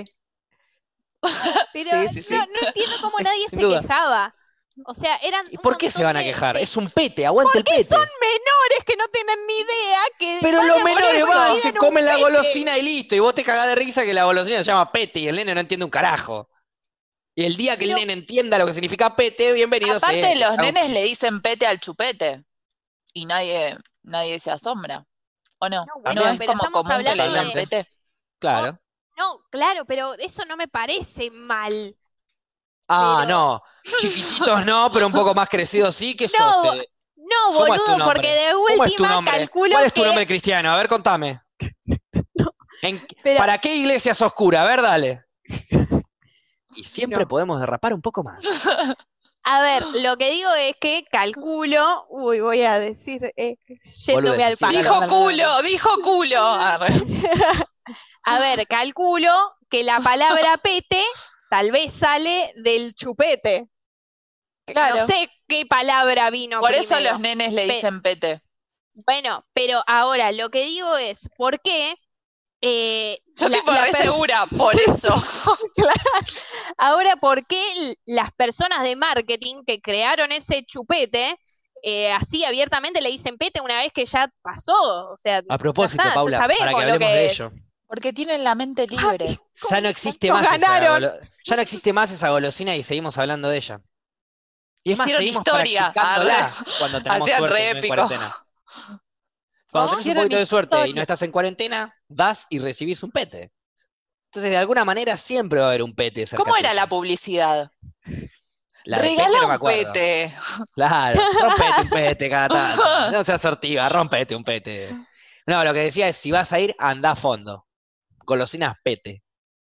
Pero Sí. no entiendo cómo nadie Sin se duda. quejaba. O sea, eran ¿Y un por qué se montón van a quejar? de- Es un pete, aguante el Porque pete. son menores que no tienen ni idea que Pero van los a menores poner van, comida se en un comen la pete. golosina y listo. Y vos te cagás de risa que la golosina se llama pete y el nene no entiende un carajo. Y el día que el Pero- nene entienda lo que significa pete, bienvenido Aparte, sea. los nenes le dicen pete al chupete. Y nadie se asombra. ¿O no? No, ¿No bueno, es pero como estamos común que le hablando digan de... pete? Claro. No, claro, pero eso no me parece mal. Ah, Pero... no. Chiquititos no, pero un poco más crecidos sí, ¿qué sos? No, no, ¿Cómo es tu boludo, porque nombre? de ¿Cómo es tu última nombre? calculo ¿Cuál es tu que... nombre cristiano? A ver, contame. No, pero, ¿Para qué iglesia sos cura? A ver, dale. Y siempre no. podemos derrapar un poco más. A ver, lo que digo es que calculo... Uy, voy a decir, yéndome Boludeces, al sí, dale, pasto. Dijo dale, dale, dale. culo, dijo culo. Arre. A ver, calculo que la palabra pete tal vez sale del chupete. No Claro. sé qué palabra vino Por eso primero. los nenes le Pe- dicen pete. Bueno, pero ahora lo que digo es, ¿por qué Yo tipo re segura, por eso. Claro. Ahora, ¿por qué las personas de marketing que crearon ese chupete así abiertamente le dicen pete una vez que ya pasó? O sea, A ya propósito, está, ya Paula, para que sabemos lo hablemos de que es. ello. Porque tienen la mente libre. Ya no existe Nos más ganaron. ya no existe más esa golosina y seguimos hablando de ella. Y es más, Hicieron seguimos historia. practicándola Arre. cuando tenemos Hacían suerte re y no en épico. cuarentena. Cuando tenés un Hicieron poquito de suerte y no historia. estás en cuarentena, vas y recibís un pete. Entonces, de alguna manera siempre va a haber un pete cerca ¿Cómo era tuyo. la publicidad? La de Regala pete no me un acuerdo. pete. Claro, rompete un pete cada tanto. No seas sortiva, rompete un pete. No, lo que decía es, si vas a ir, anda a fondo. Golosinas pete.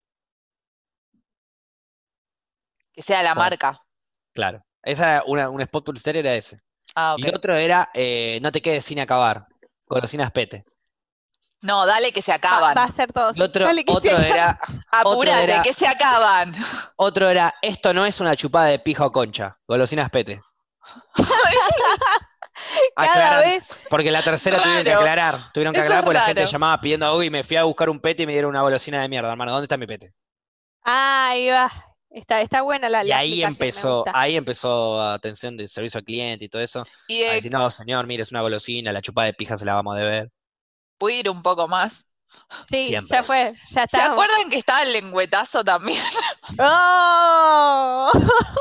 Que sea la Pon, marca. claro. Esa era un spot publicitario era ese. Ah, Y ok. otro era, no te quedes sin acabar. Golosinas pete. No, dale que se Va acaban. a ser todo. Y otro, Dale que otro sea. era, Apúrate, que se acaban. otro era, esto no es una chupada de pija o concha. Golosinas pete. Cada Aclaran, vez. porque la tercera tuvieron que Raro. aclarar. Tuvieron que Eso aclarar es porque la gente raro. llamaba pidiendo algo y me fui a buscar un pete y me dieron una golosina de mierda, hermano. ¿Dónde está mi pete? Ahí va. Está buena la Y ahí explicación, me empezó, gusta. ahí empezó atención de servicio al cliente y todo eso. Y A decir, no, señor, mire, es una golosina, la chupada de pija se la vamos a deber. pude ir un poco más. Sí, Siempre. ya fue, ya ¿Se está. acuerdan que estaba el lengüetazo también? ¡Oh!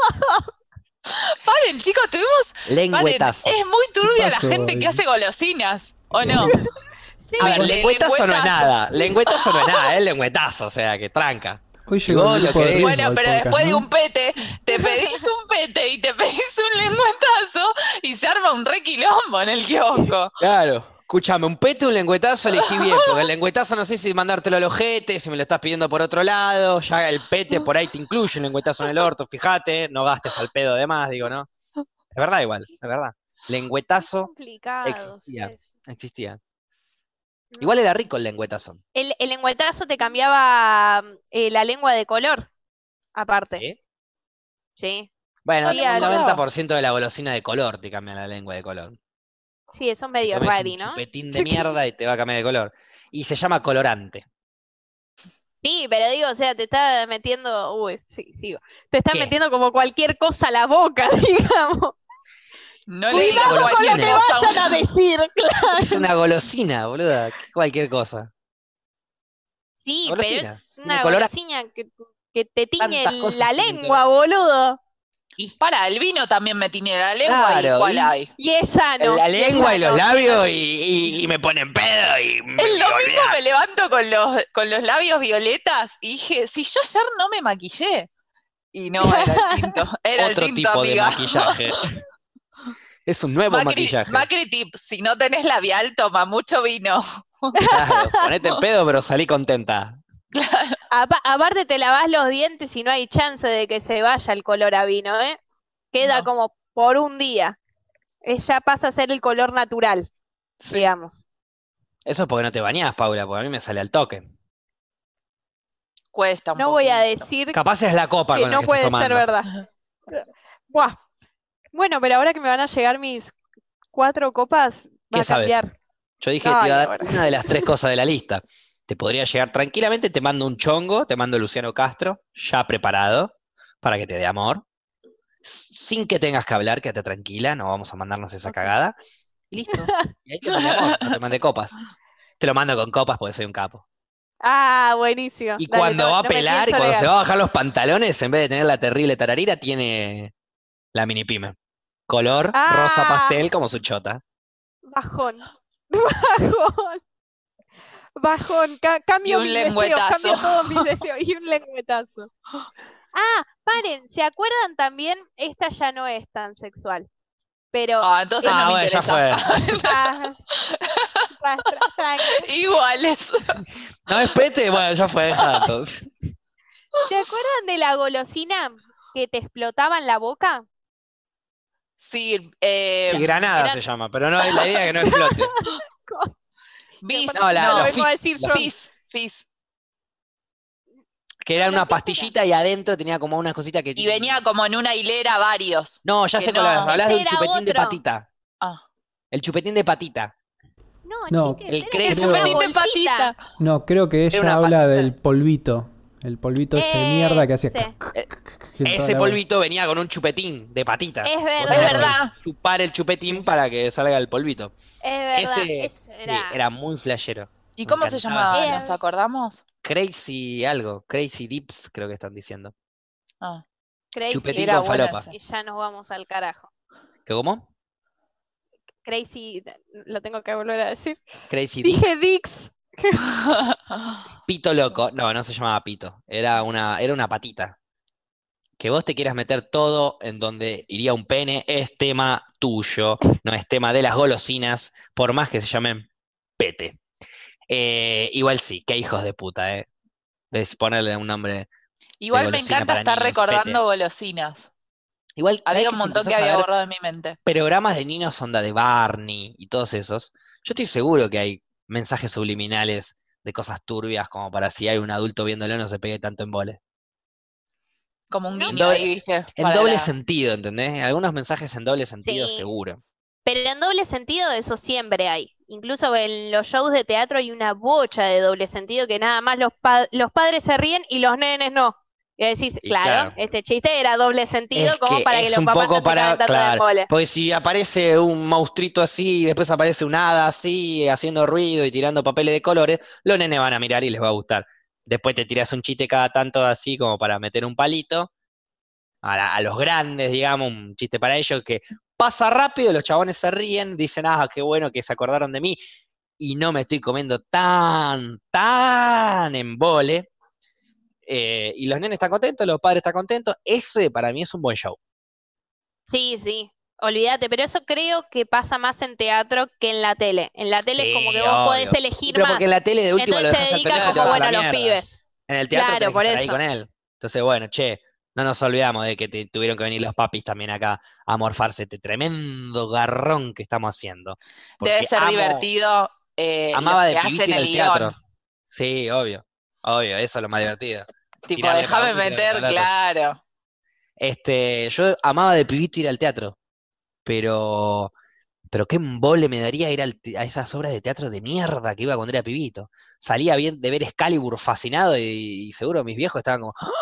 Paren, chicos, tuvimos. Paren, Lengüetazo. es muy turbia la pasó gente ahí? que hace golosinas, ¿o no? Sí, A ver, Lengüetazo no es lengüetazo. nada. Lengüetazo no es nada, es lengüetazo, o sea, que tranca. Hoy Si llegó vos el lo grupo de querés- riesgo Bueno, al pero podcast, después de ¿no? un pete, te pedís un pete y te pedís un lengüetazo y se arma un re quilombo en el kiosco. Claro. Escúchame, un pete o un lengüetazo elegí bien, porque el lengüetazo no sé si mandártelo al ojete, si me lo estás pidiendo por otro lado, ya el pete por ahí te incluye un lengüetazo en el orto, fíjate, no gastes al pedo de más, digo, ¿no? Es verdad igual, es verdad. Lengüetazo complicado. sí, existía, es- existía. no. Igual era rico el lengüetazo. El lengüetazo te cambiaba la lengua de color, aparte. ¿Sí? Sí, Bueno, Sí, el algo. 90% de la golosina de color te cambia la lengua de color. sí, eso es Te medio comes rari, un ¿no? chupetín de mierda y te va a cambiar el color. Y se llama colorante. Sí, pero digo, o sea, te está metiendo, sí, sigo. Te está ¿Qué? metiendo como cualquier cosa a la boca, digamos. No le Cuidado digas con lo cualquier que cosa a Vayan a un- decir, claro. Es una golosina, boluda. Cualquier cosa. Sí, Golosina, pero es tiene una colorante. golosina que te tiñe Tantas cosas la tienen lengua, boludo. Para, el vino también me tiene la lengua Claro, y ¿cuál y- hay? Y es sano. La y es lengua y los sano. labios y me ponen pedo y me El domingo olvidás. me levanto con los labios violetas y dije, si yo ayer no me maquillé. Y no, era el tinto. Era Otro el tinto, tipo de amiga. maquillaje. Es un nuevo maquillaje. Macri tip, si no tenés labial, toma mucho vino. Claro, ponete en pedo, pero salí contenta. Aparte te lavas los dientes y no hay chance de que se vaya el color a vino, ¿eh? Queda No. como por un día. Ya pasa a ser el color natural, Sí. digamos. Eso es porque no te bañás, Paula, porque a mí me sale al toque. Cuesta un No voy a poquito. decir Capaz es la copa que con la no que puede estás ser tomando. verdad. Buah. Bueno, pero ahora que me van a llegar mis 4 copas, va ¿Qué a sabes? cambiar. Yo dije que te iba a Ay, dar ahora. una de las 3 cosas de la lista. Te podría llegar tranquilamente, te mando un chongo, te mando Luciano Castro, ya preparado, para que te dé amor. Sin que tengas que hablar, quédate tranquila, no vamos a mandarnos esa Ok. cagada. Y listo. Y ahí te mandé amor, no te mandé copas. Te lo mando con copas porque soy un capo. Ah, buenísimo. Y Dale, cuando no- va a no me pelar y pienso cuando se negar. va a bajar los pantalones, en vez de tener la terrible tararira, tiene la mini pyme. Color rosa Ah. pastel como su chota. Bajón. Bajón. Bajón, Y cambio un mis deseos, lengüetazo. cambio todos mis deseos y un lengüetazo. Ah, paren, ¿se acuerdan también? Esta ya no es tan sexual, pero Entonces no Ah, me bueno, ya interesa. fue. ah, tranqui. Iguales. No es pete, bueno, ya fue, dejada entonces. ¿Se acuerdan de la golosina que te explotaba en la boca? Sí, Sí, granada Eran- se llama, pero no, la idea es que no explote. bis, No, No, los vengo a fizz, decir los yo. fizz, fizz. que era No, una los fizz pastillita y adentro tenía como unas cositas que... Y venía como en una hilera varios. No, ya que sé cuál hablas. no. Hablás de Ese un era chupetín de otro. patita. Ah. El chupetín de patita. No, No, chiques, el era creo- El como una chupetín de bolsita. patita. No, creo que Era ella una habla patita. del polvito. El polvito ese de mierda que hacía. Ese. en toda Ese la- polvito venía con un chupetín de patita. Es Vos verdad. tenías Es verdad. que chupar el chupetín Sí. para que salga el polvito. Es verdad, Ese eso sí, era. era muy flashero. ¿Y Me cómo se encantaba. llamaba? Era- ¿Nos acordamos? Crazy algo. Crazy Dips, creo que están diciendo. Ah, Crazy. Chupetín era con bueno falopa. ese. Y ya nos vamos al carajo. ¿Qué cómo? Crazy, lo tengo que volver a decir. Crazy Dick. Dije Dix. Pito loco. No, no se llamaba pito. Era una patita. Que vos te quieras meter todo en donde iría un pene es tema tuyo, no es tema de las golosinas, por más que se llamen pete. Igual sí, qué hijos de puta, ¿eh? De ponerle un nombre. Igual me golosina encanta para estar niños, recordando pete. golosinas. Igual, ¿sabés Había que un si montón que empezás a había ver borrado de mi mente. programas de niños onda de Barney y todos esos, yo estoy seguro que hay mensajes subliminales de cosas turbias como para si hay un adulto viéndolo no se pegue tanto en vole. Como un No, guiño doble- ahí, ¿viste? En Para doble la- sentido, ¿entendés? Algunos mensajes en doble sentido Sí. seguro. Pero en doble sentido eso siempre hay. Incluso en los shows de teatro hay una bocha de doble sentido que nada más los padres se ríen y los nenes no. Y decís, Y claro, claro. este chiste era doble sentido Es como que para que es los un papás poco no se caguen para, tanto de claro, embole. porque si aparece un monstruito así y después aparece un hada así haciendo ruido y tirando papeles de colores, los nenes van a mirar y les va a gustar. Después te tiras un chiste cada tanto así como para meter un palito a los grandes, digamos, un chiste para ellos que pasa rápido, los chabones se ríen, dicen, ah, qué bueno que se acordaron de mí y no me estoy comiendo tan en vole. Y los nenes están contentos, los padres están contentos. Ese para mí es un buen show. Sí, sí, olvídate, pero eso creo que pasa más en teatro que en la tele. En la tele es como Sí, que vos podés obvio. elegir Pero más. porque en la tele de última lo Entonces se dejas al dedican pendejo y te como, vas a bueno, la a los mierda. pibes. En el teatro Claro, tenés que por estar ahí eso. con él. Entonces, bueno, che, no nos olvidamos de que tuvieron que venir los papis también acá a morfarse este tremendo garrón que estamos haciendo. Debe Porque ser divertido los amaba de que pibito hacen ir el al teatro. guión. Sí, obvio, eso es lo más divertido. Tipo, Tirarle para déjame uno y tirarle meter, para el otro. claro. Yo amaba de pibito ir al teatro, pero qué embole me daría ir a esas obras de teatro de mierda que iba cuando era pibito. Salía bien de ver Excalibur fascinado y seguro mis viejos estaban como, "¡Ah!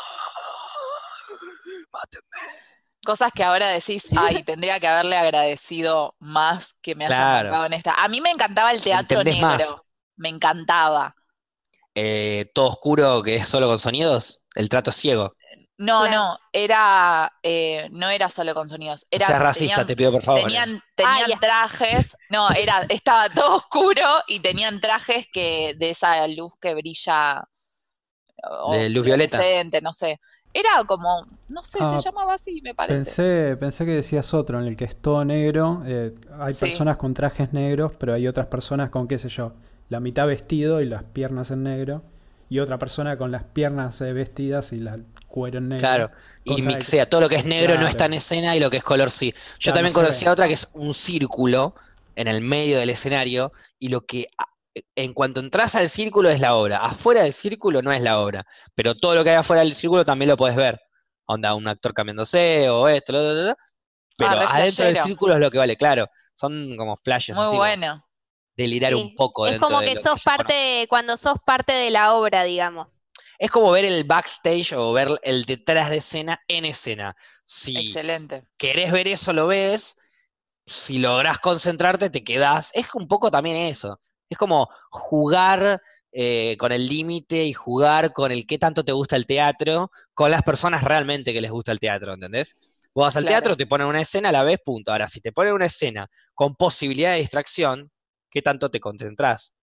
Mátenme". Cosas que ahora decís, ay, tendría que haberle agradecido más que me hayan Claro. bancado en esta. A mí me encantaba el teatro ¿Entendés negro. más? Me encantaba. Todo oscuro que es solo con sonidos, el trato ciego. No, Claro. no era solo con sonidos. No seas racista, te pido por favor. Tenían ya. trajes, estaba todo oscuro y tenían trajes de esa luz que brilla, o De luz violeta. fluorescente, no sé. Era como, no sé, Ah, se llamaba así, me parece. Pensé que decías otro, en el que es todo negro. Hay Sí. personas con trajes negros, pero hay otras personas con, qué sé yo, la mitad vestido y las piernas en negro. Y otra persona con las piernas vestidas y la cuero en negro. Claro, y Cosa mixea, todo lo que es negro no Claro. está en escena y lo que es color sí. Yo Claro, también no se conocía ve. otra que es un círculo en el medio del escenario y lo que en cuanto entras al círculo es la obra, afuera del círculo no es la obra, pero todo lo que hay afuera del círculo también lo puedes ver. Onda, un actor cambiándose o esto, lo otro, pero re adentro del flashero. círculo es lo que vale, claro. Son como flashes Muy así, como bueno. delirar un Sí. poco Es dentro como de que lo sos ya conocen. cuando sos parte de la obra, digamos. Es como ver el backstage o ver el detrás de escena en escena. Si Excelente. querés ver eso, lo ves. Si lográs concentrarte, te quedás. Es un poco también eso. Es como jugar con el límite y jugar con el qué tanto te gusta el teatro, con las personas realmente que les gusta el teatro, ¿entendés? Vos vas al Claro. teatro, te ponen una escena, la ves, punto. Ahora, si te ponen una escena con posibilidad de distracción, ¿qué tanto te concentrás?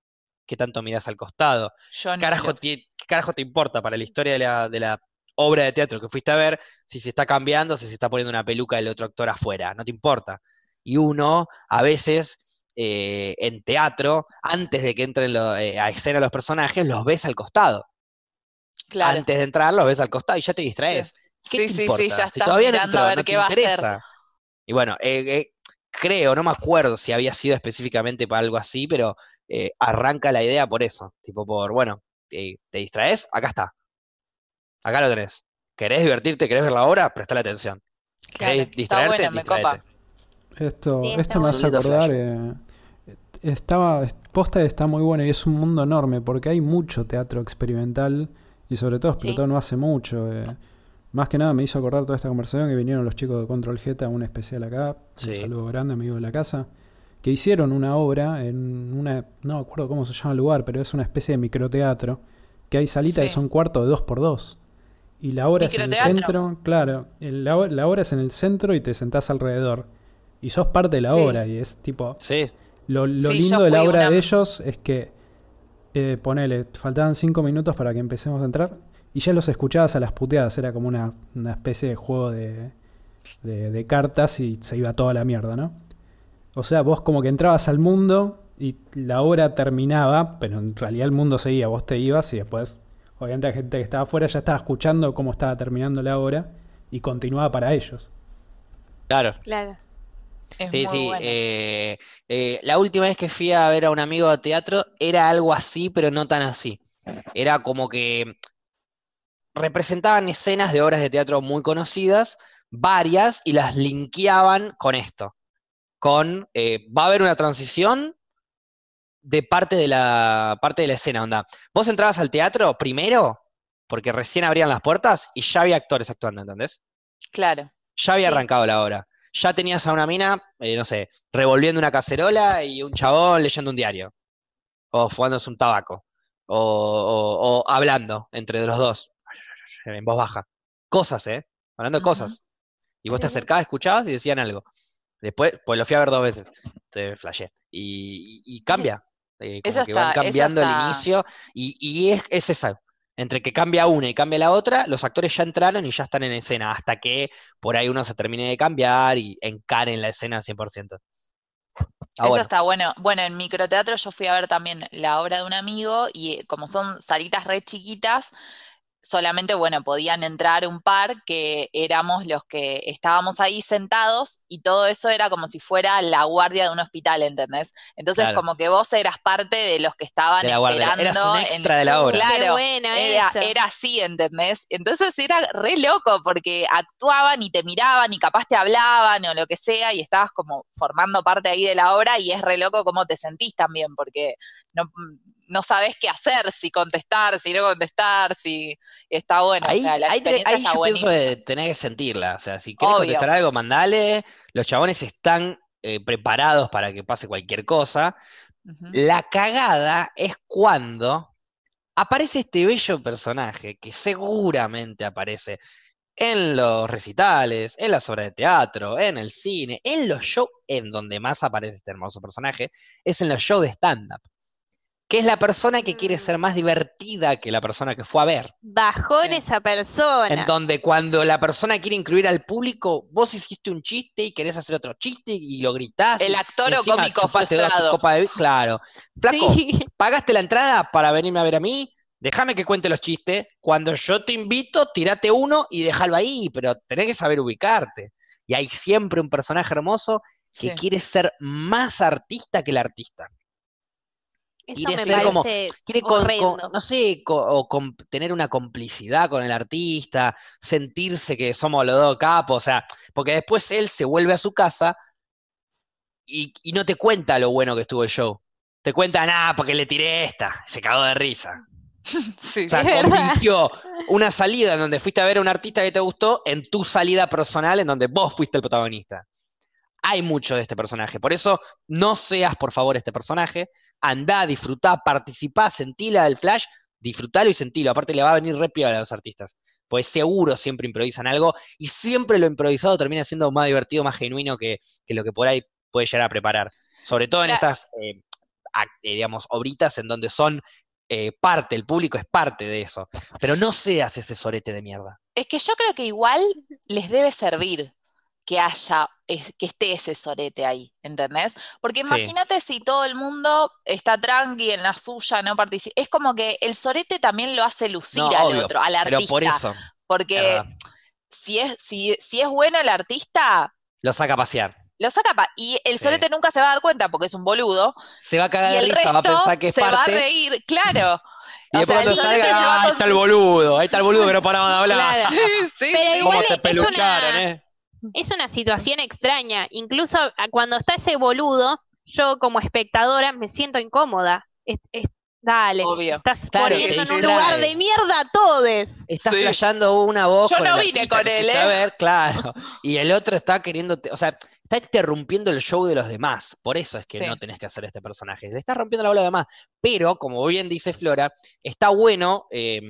qué tanto mirás al costado. Yo ¿Qué carajo no. qué carajo te importa para la historia de la obra de teatro que fuiste a ver si se está cambiando, si se está poniendo una peluca del otro actor afuera? No te importa. Y uno, a veces, en teatro, antes de que entren a escena los personajes, los ves al costado. Claro. Antes de entrar, los ves al costado y ya te Sí. distraes. ¿Qué Sí, te sí, importa? sí, ya Si estás todavía no mirando a entró, ver no te qué va a hacer. interesa. Y bueno, creo, no me acuerdo si había sido específicamente para algo así, pero arranca la idea por eso. Tipo bueno, ¿te distraes? Acá está. Acá lo tenés. ¿Querés divertirte? ¿Querés ver la obra? Prestale atención. Claro, ¿Querés está distraerte? bueno, me Distraete. copa. Esto, Sí, está esto me Es bueno. un hace lindo acordar, flash. posta está muy bueno y es un mundo enorme porque hay mucho teatro experimental y sobre todo Sí. explotó no hace mucho. Más que nada me hizo acordar toda esta conversación que vinieron los chicos de Control Z a un especial acá, un Sí. saludo grande, amigo de la casa, que hicieron una obra en no me acuerdo cómo se llama el lugar, pero es una especie de microteatro, que hay salitas que Sí. son cuartos de 2x2. Y la obra es en el Microteatro. centro, claro, la obra es en el centro y te sentás alrededor. Y sos parte de la Sí. obra y es tipo... Sí. Lo Sí, lindo yo de la fui obra una- de ellos es que, ponele, faltaban 5 minutos para que empecemos a entrar y ya los escuchabas a las puteadas. Era como una especie de juego de cartas y se iba toda la mierda, ¿no? O sea, vos como que entrabas al mundo y la obra terminaba, pero en realidad el mundo seguía. Vos te ibas y después, obviamente, la gente que estaba afuera ya estaba escuchando cómo estaba terminando la obra y continuaba para ellos. Claro. Claro. Es Sí, muy sí. bueno. La última vez que fui a ver a un amigo de teatro era algo así, pero no tan así. Era como que representaban escenas de obras de teatro muy conocidas, varias, y las linkeaban con esto. Va a haber una transición de parte de la escena, onda. Vos entrabas al teatro primero, porque recién abrían las puertas, y ya había actores actuando, ¿entendés? Claro. Ya había Sí. arrancado la obra. Ya tenías a una mina, no sé, revolviendo una cacerola y un chabón leyendo un diario. O fumándose un tabaco. O hablando entre los dos. En voz baja. Cosas, ¿eh? Hablando de Ujú. cosas. Y vos te Ujú. acercabas, escuchabas y decían algo. Después, pues lo fui a ver 2 veces. Te flashé. Y cambia. Eso Como que van eso cambiando el está. inicio. Y es esa. Entre que cambia una y cambia la otra, los actores ya entraron y ya están en escena. Hasta que por ahí uno se termine de cambiar y encaren la escena 100%. Ah, Eso bueno. está bueno. Bueno, en microteatro yo fui a ver también la obra de un amigo y como son salitas re chiquitas, solamente, bueno, podían entrar un par que éramos los que estábamos ahí sentados y todo eso era como si fuera la guardia de un hospital, ¿entendés? Entonces Claro. como que vos eras parte de los que estaban De la guardia. Eras un esperando extra de la obra. Qué Claro, bueno era eso. así, ¿entendés? Entonces era re loco porque actuaban y te miraban y capaz te hablaban o lo que sea y estabas como formando parte ahí de la obra y es re loco cómo te sentís también porque no sabés qué hacer, si contestar, si no contestar, si está bueno, o sea, la experiencia Ahí está yo pienso buenísima. de tener que sentirla. O sea, si querés Obvio. contestar algo, mandale. Los chabones están preparados para que pase cualquier cosa. Ujú. La cagada es cuando aparece este bello personaje que seguramente aparece en los recitales, en las obras de teatro, en el cine, en los shows, en donde más aparece este hermoso personaje, es en los shows de stand-up, que es la persona que quiere ser más divertida que la persona que fue a ver. Bajón Sí. esa En persona. donde cuando la persona quiere incluir al público, vos hiciste un chiste y querés hacer otro chiste y lo gritás El y actor o encima cómico chupaste 2 frustrado. copas de vino. Claro. Flaco, Sí. pagaste la entrada para venirme a ver a mí, déjame que cuente los chistes. Cuando yo te invito, tirate uno y déjalo ahí, pero tenés que saber ubicarte. Y hay siempre un personaje hermoso que Sí. quiere ser más artista que el artista. Eso Quiere me ser como, parece quiere horrendo. no sé, tener una complicidad con el artista, sentirse que somos los dos capos, o sea, porque después él se vuelve a su casa y no te cuenta lo bueno que estuvo el show. Te cuenta, nada, porque le tiré esta, se cagó de risa. Sí. O sea, Es verdad. convirtió una salida en donde fuiste a ver a un artista que te gustó en tu salida personal en donde vos fuiste el protagonista. Hay mucho de este personaje, por eso no seas por favor este personaje, andá, disfrutá, participá, sentila del Flash, disfrutalo y sentilo, aparte le va a venir re piola a los artistas, pues seguro siempre improvisan algo y siempre lo improvisado termina siendo más divertido, más genuino que lo que por ahí puede llegar a preparar, sobre todo en Cla- estas digamos, obritas en donde son parte, el público es parte de eso. Pero no seas ese sorete de mierda. Es que yo creo que igual les debe servir que que esté ese sorete ahí, ¿entendés? Porque Sí. imagínate si todo el mundo está tranqui en la suya, no participa. Es como que el sorete también lo hace lucir No, al obvio, otro, al pero artista. por eso, es Porque verdad, si es bueno el artista, lo saca a pasear. lo saca y el Sí. sorete nunca se va a dar cuenta porque es un boludo. Se va a cagar Y de el risa, va a resto pensar que es se va a parte. reír, claro. Y O después sea, cuando el sorete salga, se va ahí con está el sus- boludo, ahí está el boludo que no paraba de hablar. Claro. Sí, Pero sí. igual ¿Cómo te es pelucharon, una, es una situación extraña. Incluso cuando está ese boludo, yo como espectadora me siento incómoda. Dale, Obvio. estás Claro, poniendo te en un distrae. lugar de mierda a todos. Estás Sí. flasheando una voz Yo con no el vine artista con que él, fuiste a ¿eh? ver, claro. Y el otro está queriendo, o sea, está interrumpiendo el show de los demás. Por eso es que Sí. no tenés que hacer este personaje. Le estás rompiendo la bola a los demás. Pero, como bien dice Flora, está bueno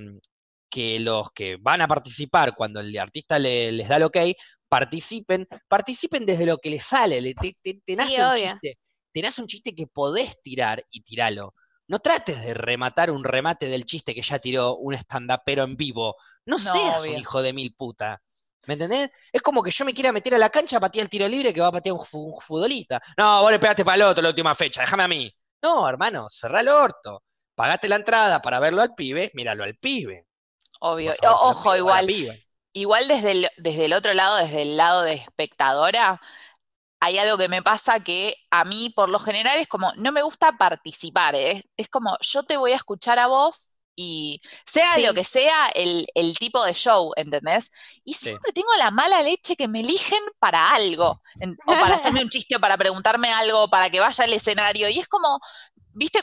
que los que van a participar, cuando el artista les da el ok, participen desde lo que les sale. Te nace un obvio. chiste. Te nace un chiste que podés tirar y tiralo. No trates de rematar un remate del chiste que ya tiró un stand-upero en vivo. No seas un obvio. hijo de mil puta. ¿Me entendés? Es como que yo me quiera meter a la cancha a patear el tiro libre que va a patear un futbolista. No, vos le pegaste para el otro la última fecha, déjame a mí. No, hermano, cerrá el orto. Pagaste la entrada para verlo al pibe, míralo al pibe. Obvio. Vas a ver al Ojo, pibe o a la igual. piba. Igual desde el otro lado, desde el lado de espectadora, hay algo que me pasa que a mí, por lo general, es como, no me gusta participar, ¿eh? Es como, yo te voy a escuchar a vos y sea Sí. lo que sea el tipo de show, ¿entendés? Y Sí. siempre tengo la mala leche que me eligen para algo, o para hacerme un chiste, o para preguntarme algo, para que vaya al escenario, y es como, ¿viste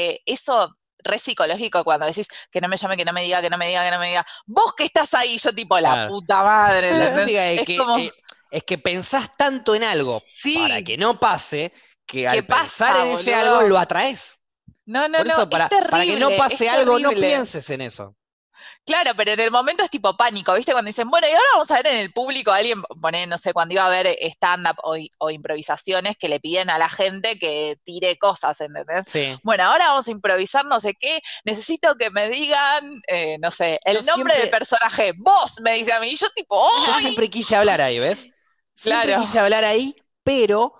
eso? Re psicológico cuando decís que no me llame, que no me diga, que no me diga, que no me diga. Vos que estás ahí, yo tipo, la Claro. puta madre, La ¿entendés? típica Es como, es que pensás tanto en algo sí, para que no pase, que al ¿qué pensar pasa, en ese boludo? algo lo atraes. No, Por eso, es para que no terrible, pase es algo, no terrible. pienses en eso. Claro, pero en el momento es tipo pánico, ¿viste? Cuando dicen, bueno, y ahora vamos a ver en el público a alguien, poner, no sé, cuando iba a ver stand-up o improvisaciones que le piden a la gente que tire cosas, ¿entendés? Sí. Bueno, ahora vamos a improvisar no sé qué, necesito que me digan, no sé, el Yo nombre del siempre- personaje, vos, me dice a mí, y yo tipo, Yo ¡ay! siempre quise hablar ahí, ¿ves? Siempre Claro. quise hablar ahí, pero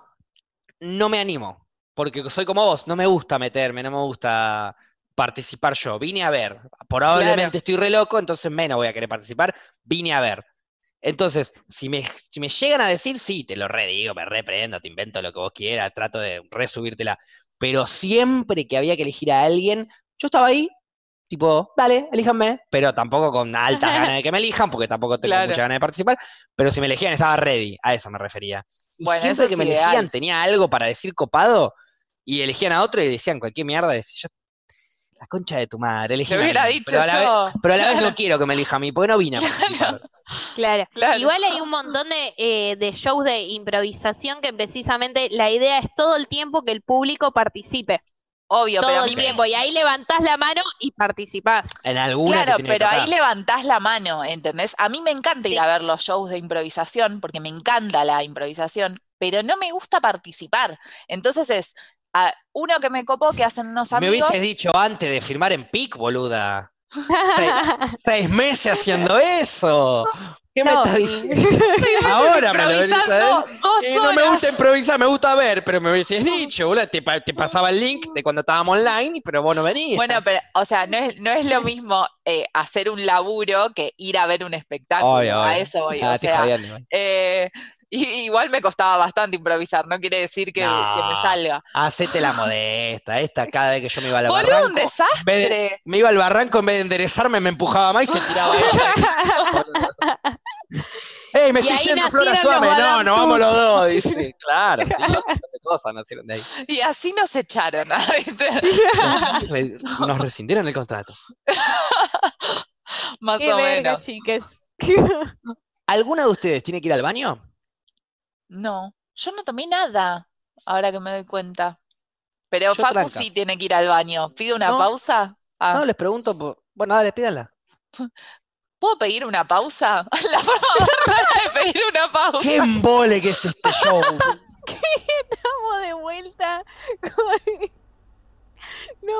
no me animo. Porque soy como vos, no me gusta meterme, no me gusta participar yo. Vine a ver. Probablemente Claro. estoy re loco, entonces menos voy a querer participar. Vine a ver. Entonces, si me llegan a decir, sí, te lo redigo, me reprendo, te invento lo que vos quieras, trato de resubírtela. Pero siempre que había que elegir a alguien, yo estaba ahí, tipo, dale, elíjanme, pero tampoco con altas ganas de que me elijan, porque tampoco tengo Claro. muchas ganas de participar, pero si me elegían estaba ready, a eso me refería. Y Bueno, siempre eso que es me ideal. elegían tenía algo para decir copado, y elegían a otro y decían cualquier mierda, decía yo, la concha de tu madre, elegí Lo a hubiera mí, dicho pero a la yo. vez, pero a la vez Claro. no quiero que me elija a mí, porque no vine a participar. Claro. Claro. Igual hay un montón de shows de improvisación que precisamente la idea es todo el tiempo que el público participe. Obvio, pero a Todo mí el me, tiempo. Y ahí levantás la mano y participás. En alguna Claro, te tiene que pero ahí tocar. levantás la mano, ¿entendés? A mí me encanta ir Sí. a ver los shows de improvisación, porque me encanta la improvisación, pero no me gusta participar. Entonces es uno que me copó, que hacen unos Me amigos. hubieses dicho antes de firmar en PIC, boluda. 6 meses haciendo eso. ¿Qué me No, estás y- diciendo? Ahora me lo venís a improvisando decir. 2 No me gusta horas. improvisar, me gusta ver, pero me hubieses dicho, boludo. Te pasaba el link de cuando estábamos online, pero vos no venías. Bueno, pero, o sea, no es lo mismo hacer un laburo que ir a ver un espectáculo. Obvio, A obvio. eso voy. Ah, O estoy sea, jodiendo, igual. igual me costaba bastante improvisar, no quiere decir que me salga. Hacete la modesta. Esta, cada vez que yo me iba al Boludo, barranco, un desastre. me iba al barranco, en vez de enderezarme, me empujaba más y se tiraba ella. ¡Ey, me Y estoy ahí yendo, Flora, nacieron los suame! No, Madame nos vamos Tussauds. los dos, dice. Claro, sí, un montón de cosas nacieron de ahí. Y así nos echaron, ¿viste? Nos rescindieron el contrato. Más Qué o verga, menos. chiques. ¿Alguna de ustedes tiene que ir al baño? No, yo no tomé nada, ahora que me doy cuenta. Pero Yo Facu tranca. sí tiene que ir al baño. ¿Pido una No, pausa? Ah, no, les pregunto. Bueno, dale, pídanla. ¿puedo pedir una pausa? La forma más rara de pedir una pausa. ¡Qué embole que es este show! Estamos de vuelta con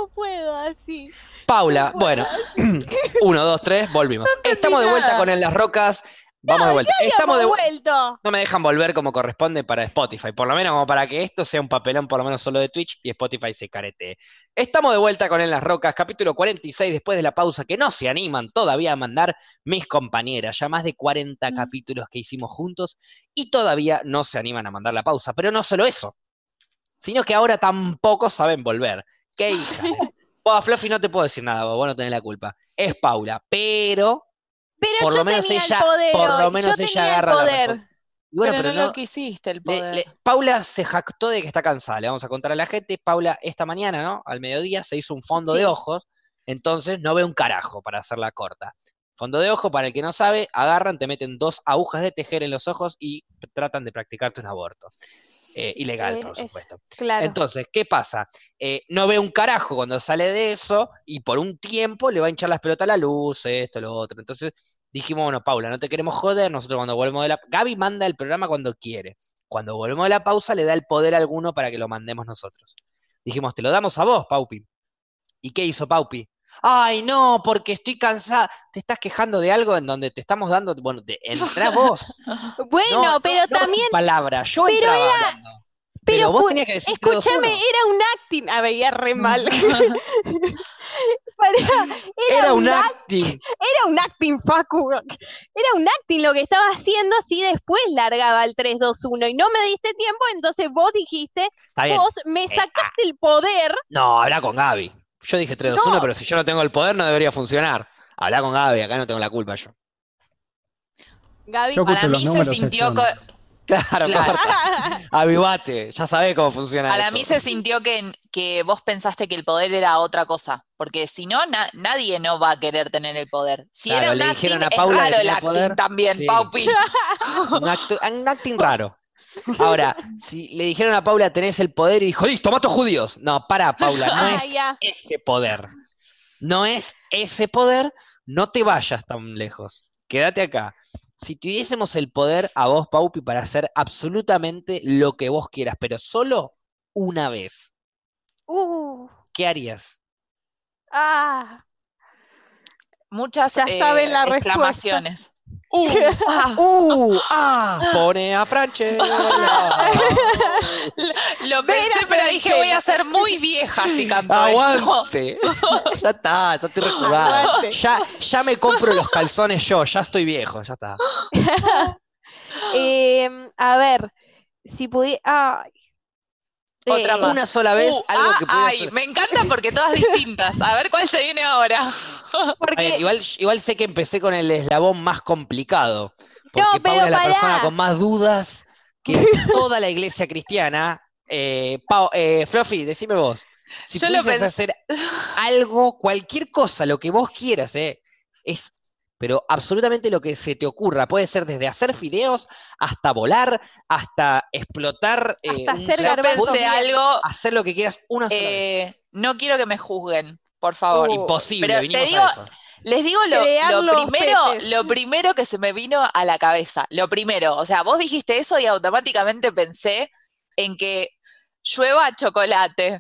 No puedo así. Paula, No puedo bueno, así. 1, 2, 3, volvimos. entendí Estamos de vuelta nada. con En las Rocas. Vamos de vuelta. Estamos de Habíamos vuelta. vuelto. No me dejan volver como corresponde para Spotify, por lo menos como para que esto sea un papelón por lo menos solo de Twitch y Spotify se carete. Estamos de vuelta con En las Rocas, capítulo 46, después de la pausa que no se animan todavía a mandar mis compañeras, ya más de 40 capítulos que hicimos juntos y todavía no se animan a mandar la pausa, pero no solo eso, sino que ahora tampoco saben volver. ¡Qué hija! Vos, Fluffy, no te puedo decir nada, vos no tenés la culpa. Es Paula, pero Pero por yo lo menos tenía ella, el poder por lo hoy. menos Yo ella tenía el agarra la poder. responsabilidad. Y bueno, pero pero no no, lo quisiste el poder. Paula se jactó de que está cansada. Le vamos a contar a la gente. Paula, esta mañana, ¿no? Al mediodía se hizo un fondo de Sí. ojos, entonces no ve un carajo para hacerla corta. Fondo de ojo, para el que no sabe, agarran, te meten 2 agujas de tejer en los ojos y tratan de practicarte un aborto. Ilegal, por supuesto. Claro. Entonces, ¿qué pasa? No ve un carajo cuando sale de eso y por un tiempo le va a hinchar las pelotas a la luz, esto, lo otro. Entonces dijimos, bueno, Paula, no te queremos joder, nosotros cuando volvemos de la... Gaby manda el programa cuando quiere. Cuando volvemos de la pausa le da el poder a alguno para que lo mandemos nosotros. Dijimos, te lo damos a vos, Paupi. ¿Y qué hizo Paupi? Ay, no, porque estoy cansada. ¿Te estás quejando de algo en donde te estamos dando? Bueno, entrá vos. Bueno, No, pero no también. tu palabra. Yo Pero entraba hablando. Pero vos tenías que decir 3, 2, escúchame, 1. era un acting. Ah, veía re mal. Era un acting. Era un acting, Facu. Era un acting lo que estaba haciendo, así después largaba el 3, 2, 1 y no me diste tiempo, entonces vos dijiste, Está bien. vos me sacaste el poder. No, habla con Gaby. Yo dije 3, 2, 1, No. pero si yo no tengo el poder no debería funcionar. Habla con Gaby, acá no tengo la culpa yo. Gaby, Yo Para escucho los mí se números sintió... extraños. Claro, Claro. corta. Avivate, ya sabés cómo funciona Para esto. mí se sintió que vos pensaste que el poder era otra cosa, porque si no, nadie no va a querer tener el poder. Si Claro, era un le acting, dijeron a es Paula que raro el tenía acting poder. también, Sí. Paupi. Un acting raro. Ahora, si le dijeron a Paula tenés el poder y dijo, listo, mato judíos. No, para, Paula, no Ah, es ya. ese poder. No es ese poder, no te vayas tan lejos. Quédate acá. Si tuviésemos el poder a vos, Paupi, para hacer absolutamente lo que vos quieras, pero solo una vez, ¿qué harías? Ah, Muchas ya saben la exclamaciones. Pone a Franchella. Lo Ven pensé, a pero dije, Franchella. voy a ser muy vieja si canto esto. Aguante. Ya está, estoy rejugado. Aguante. Ya me compro los calzones yo, ya estoy viejo, ya está. A ver, si pudiera. Otra más. Una sola vez, algo que pudiera ay, hacer. me encanta porque todas distintas. A ver cuál se viene ahora. Porque, Igual sé que empecé con el eslabón más complicado, porque No, pero Paula es la pará. persona con más dudas que toda la iglesia cristiana. Fluffy, decime vos, si Yo lo pudieses hacer algo, cualquier cosa, lo que vos quieras, pero absolutamente lo que se te ocurra, puede ser desde hacer fideos hasta volar, hasta explotar Hasta un hacer Yo garbanzos pensé bien. algo, hacer lo que quieras una sola vez. no quiero que me juzguen, por favor. Imposible, pero te vinimos digo, a eso. Les digo Crear los peces. lo primero que se me vino a la cabeza. Lo primero, o sea, vos dijiste eso y automáticamente pensé en que llueva chocolate.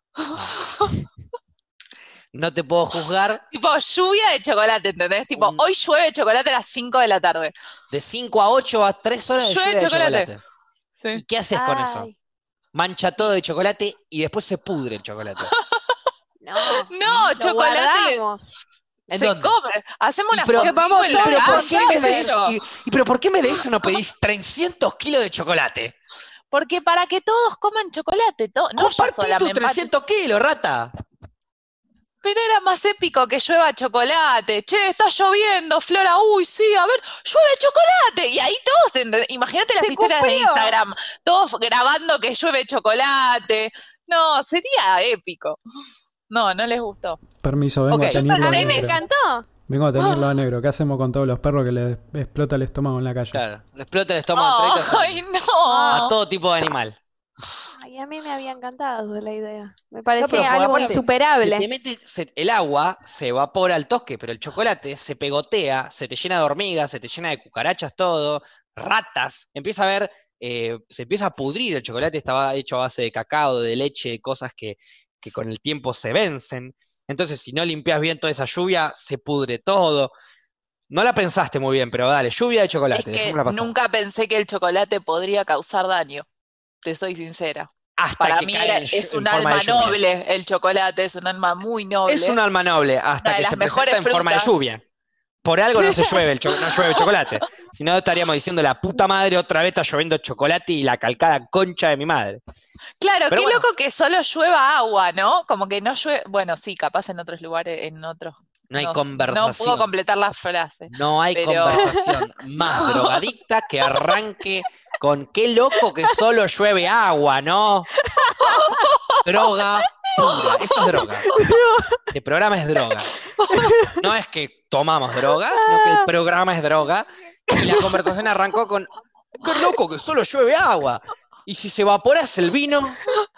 No te puedo juzgar. Tipo, lluvia de chocolate, ¿entendés? Tipo, hoy llueve chocolate a las 5 de la tarde. De 5 a 8 a 3 horas de Llueve lluvia de chocolate. chocolate. Sí. ¿Y qué haces con eso? Ay, Mancha todo de chocolate y después se pudre el chocolate. no, No, lo chocolate guardamos. ¿En se dónde? come. Hacemos una pero- fondue vamos en todos la Pero ¿por con qué casa, en qué vez de sé eso, yo. pero ¿por qué en vez de eso no pedís 300 kilos de chocolate? Porque para que todos coman chocolate, no yo Compartí sola tus me empato. 300 kilos, rata. Pero era más épico que llueva chocolate. Che, está lloviendo, Flora. Uy, sí, a ver, llueve chocolate. Y ahí todos, imagínate las Se historias de cumplió. Instagram, todos grabando que llueve chocolate. No, sería épico. No, no les gustó. Permiso, vengo Ok. a tenerlo A a mí me negro. encantó. Vengo a tenerlo a negro. ¿Qué hacemos con todos los perros que les explota el estómago en la calle? Claro, le explota el estómago Ay, no. a todo tipo de animal. Ay, a mí me había encantado la idea. Me No, parecía pero algo aparte, insuperable. se te mete, el agua se evapora al toque, pero el chocolate se pegotea, se te llena de hormigas, se te llena de cucarachas, todo, ratas, empieza a ver, se empieza a pudrir el chocolate, estaba hecho a base de cacao, de leche, cosas que que con el tiempo se vencen. Entonces, si no limpias bien toda esa lluvia, se pudre todo. No la pensaste muy bien, pero dale, lluvia de Es chocolate, que dejémosla pasar. nunca pensé que el chocolate podría causar daño, te soy sincera. Hasta Para que mí cae es en un forma de alma lluvia. noble el chocolate, es un alma muy noble. Es un alma noble hasta Una de que las se presenta mejores en forma de frutas. lluvia. Por algo no llueve el chocolate. Si no, estaríamos diciendo la puta madre, otra vez está lloviendo chocolate y la calcada concha de mi madre. Claro, Pero qué bueno, loco que solo llueva agua, ¿no? Como que no llueve. Bueno, sí, capaz en otros lugares, en otros. no hay No puedo conversación. completar la frase. No hay Pero conversación más drogadicta que arranque con qué loco que solo llueve agua, ¿no? Droga pura. Esto es droga. El programa es droga. No es que tomamos droga, sino que el programa es droga. Y la conversación arrancó con qué loco que solo llueve agua. Y si se evapora es el vino.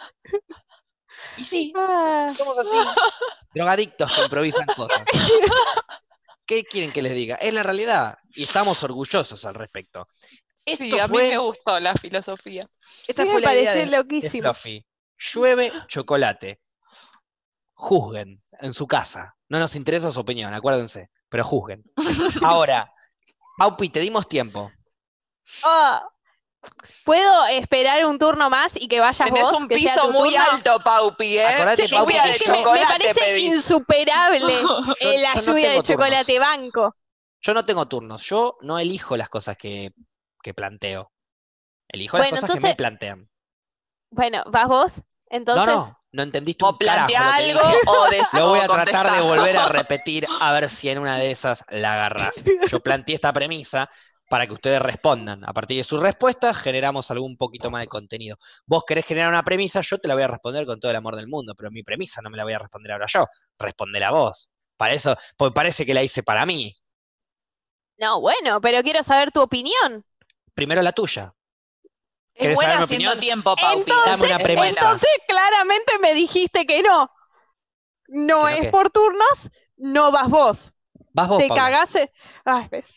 Y sí, Ah. somos así. Drogadictos que improvisan cosas. ¿Qué quieren que les diga? Es la realidad. Y estamos orgullosos al respecto. sí, Esto a mí me fue, gustó la filosofía. esta Sí, fue me la idea pareció de loquísimo. Fluffy. Llueve chocolate. Juzguen en su casa. No nos interesa su opinión, acuérdense. Pero juzguen. Ahora, Paupi, te dimos tiempo. Ah, ¿puedo esperar un turno más y que vayas Tenés vos? un que sea piso tu muy turno? alto, Paupi, ¿eh? Acordate, Paupi, Lluvia que de yo- Me chocolate parece pedí. insuperable Yo la no lluvia tengo de chocolate turnos. banco. Yo no tengo turnos. Yo no elijo las cosas que planteo. Elijo las Bueno, cosas que me plantean. Bueno, ¿vas vos? Entonces, No entendiste O un carajo plantea lo que algo dije. o, Lo voy o a tratar de contestá. volver a repetir a ver si en una de esas la agarrás. Yo planteé esta premisa para que ustedes respondan. A partir de sus respuestas generamos algún poquito más de contenido. Vos querés generar una premisa, yo te la voy a responder con todo el amor del mundo, pero mi premisa no me la voy a responder ahora yo. Respondela vos. Para eso, porque parece que la hice para mí. no, bueno, pero quiero saber tu opinión. Primero la tuya. Es ¿Querés buena saber mi haciendo opinión? tiempo, Paupi. Dame una Es premisa. buena. Entonces, claramente me dijiste que no. No ¿Que no es qué? por turnos, no vas vos. Vas vos, Te Paula. cagás. Ay, ves.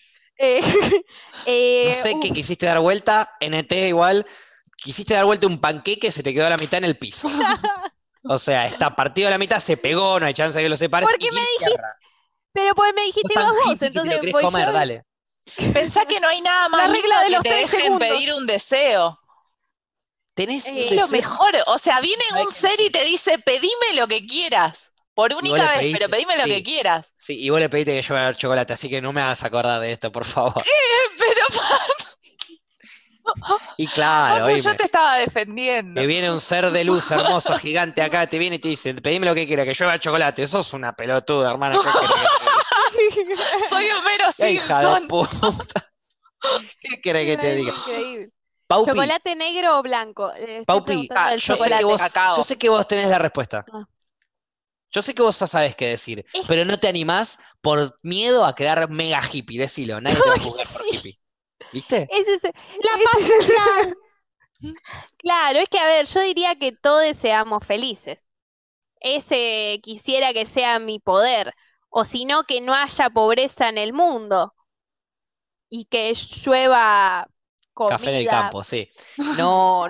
No sé qué uf. quisiste dar vuelta, NT igual, quisiste dar vuelta un panqueque, se te quedó a la mitad en el piso. O sea, está partido a la mitad, se pegó, no hay chance de que lo separes. Porque y me tiene dijiste, tierra. pero pues me Sos dijiste tan vas vos, hippie que te entonces lo querés voy comer, yo. dale. Pensá que no hay nada La más regla lindo de que los te 3 dejen segundos. pedir un deseo. Tenés un Es Es lo deseo. mejor. O sea, viene ¿Sabés un qué? ser y te dice, pedime lo que quieras. Por Y vos única le vez, pediste, pero pedime lo que sí, quieras. sí, y vos le pediste que yo me haga chocolate, así que no me hagas acordar de esto, por favor. Pero, Y claro, Facu, yo oíme, te estaba defendiendo. que viene un ser de luz hermoso, gigante acá, te viene y te dice, pedime lo que quieras, que yo haga chocolate. Sos una pelotuda, hermana. ¿Qué querés que te diga? Soy Homero ¡Qué hija de Simpson. puta! ¿Qué querés que te diga? Increíble. Paupi, ¿Chocolate negro o blanco? Estoy Paupi, preguntando del yo sé chocolate. que vos, cacao. yo sé que vos tenés la respuesta. Ah. Yo sé que vos ya sabés qué decir, Es- pero no te animás por miedo a quedar mega hippie. Decilo, nadie te va a juzgar por hippie. ¿Viste? Ese es- ese- Claro, es que a ver, yo diría que todos seamos felices. Ese quisiera que sea mi poder. O si no, que no haya pobreza en el mundo. Y que llueva Café en el comida. campo, sí. No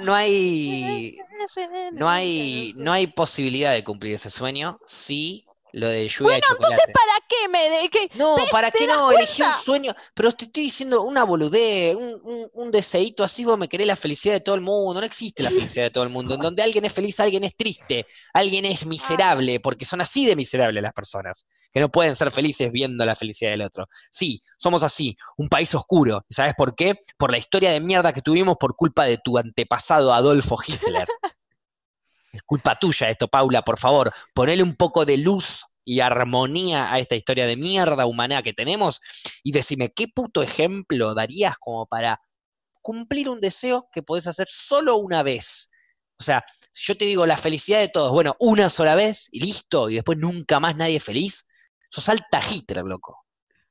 hay posibilidad de cumplir ese sueño. Sí, lo de lluvia de Entonces, chocolate. ¿para qué me de qué? No, ¿para ¿Te qué das no? Elegí un cuenta? sueño, pero te estoy diciendo una boludez, un deseíto así, vos me querés la felicidad de todo el mundo. No existe la felicidad de todo el mundo. En donde alguien es feliz, alguien es triste, alguien es miserable, porque son así de miserables las personas, que no pueden ser felices viendo la felicidad del otro. Sí, somos así, un país oscuro. ¿Y sabes por qué? Por la historia de mierda que tuvimos por culpa de tu antepasado Adolfo Hitler. Es culpa tuya esto, Paula, por favor, ponele un poco de luz y armonía a esta historia de mierda humana que tenemos y decime, ¿qué puto ejemplo darías como para cumplir un deseo que podés hacer solo una vez? O sea, si yo te digo la felicidad de todos, bueno, una sola vez y listo, y después nunca más nadie feliz, sos alta Hitler, loco.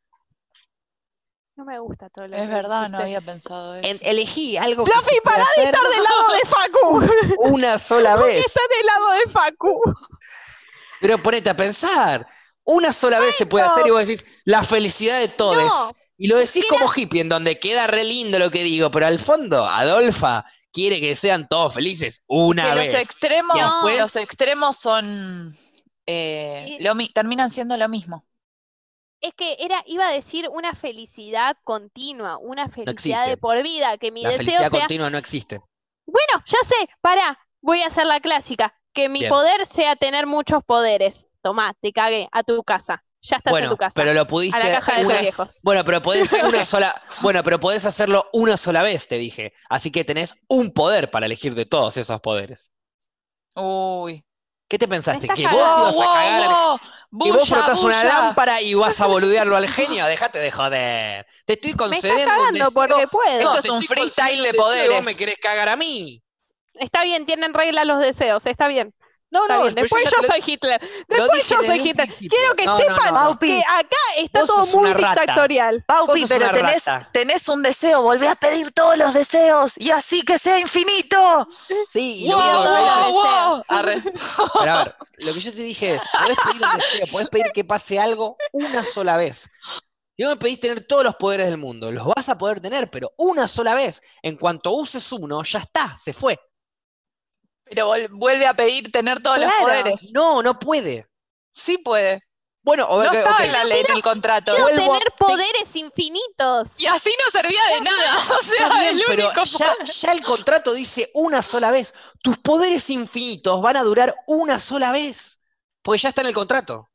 No me gusta todo lo Es que verdad, dijiste. no había pensado eso. Elegí algo que Fluffy, se puede pará de hacer estar del lado de Facu. una sola ¿Por qué vez. estás del lado de Facu? Pero ponete a pensar, una sola vez se puede hacer y vos decís, la felicidad de todos. No, Y lo decís queda- como hippie, en donde queda re lindo lo que digo, pero al fondo, Adolfa, quiere que sean todos felices Es una que vez. Y después, los extremos son, terminan siendo lo mismo. Es que iba a decir una felicidad continua, una no felicidad de existe. por vida, que mi La deseo felicidad sea, continua no existe. bueno, ya sé, pará, voy a hacer la clásica, que mi Bien. poder sea tener muchos poderes. Tomá, te cagué, a tu casa. Ya estás en tu Bueno, casa, pero lo a la pudiste casa de tus una. viejos. Bueno, pero podés una sola. Bueno, pero podés hacerlo una sola vez, te dije. Así que tenés un poder para elegir de todos esos poderes. Uy. ¿Qué te Me pensaste? estás ¿Que vos cagando. ibas a cagar wow! que vos ¡Bulla, frotás una bulla! lámpara y vas a boludearlo al genio? Déjate de joder. Te estoy Me estás concediendo un cagando deseo. porque puedo. Esto No, es te un estoy freestyle concediendo de un deseo y vos me poderes. querés cagar a mí. Está bien, tienen reglas los deseos, está bien. No, Está no, bien, pero yo después ya yo te lo, soy Hitler. lo Después dije yo desde soy un Hitler. principio. Quiero que No, no, sepan no. Paupi, que acá está Vos todo sos una muy rata. dictatorial. Vos Paupi, sos pero una rata. tenés un deseo, volvé a pedir todos los deseos y así que sea infinito. Sí, y Pido lo único que todos pedís los es. wow! Arre. Pero a ver, lo que yo te dije es, podés pedir un deseo, podés pedir que pase algo una sola vez. Y no me pedís tener todos los poderes del mundo, los vas a poder tener, pero una sola vez. En cuanto uses uno, ya está, se fue. Pero vuelve a pedir tener todos los Claro. poderes. No, no puede. Sí puede. Bueno, No ok, estaba ok. en la ley, en el contrato. Quiero Vuelvo a- tener poderes infinitos. Y así no servía de nada. O sea, Está bien, el pero único ya el contrato dice una sola vez. Tus poderes infinitos van a durar una sola vez. Porque ya está en el contrato.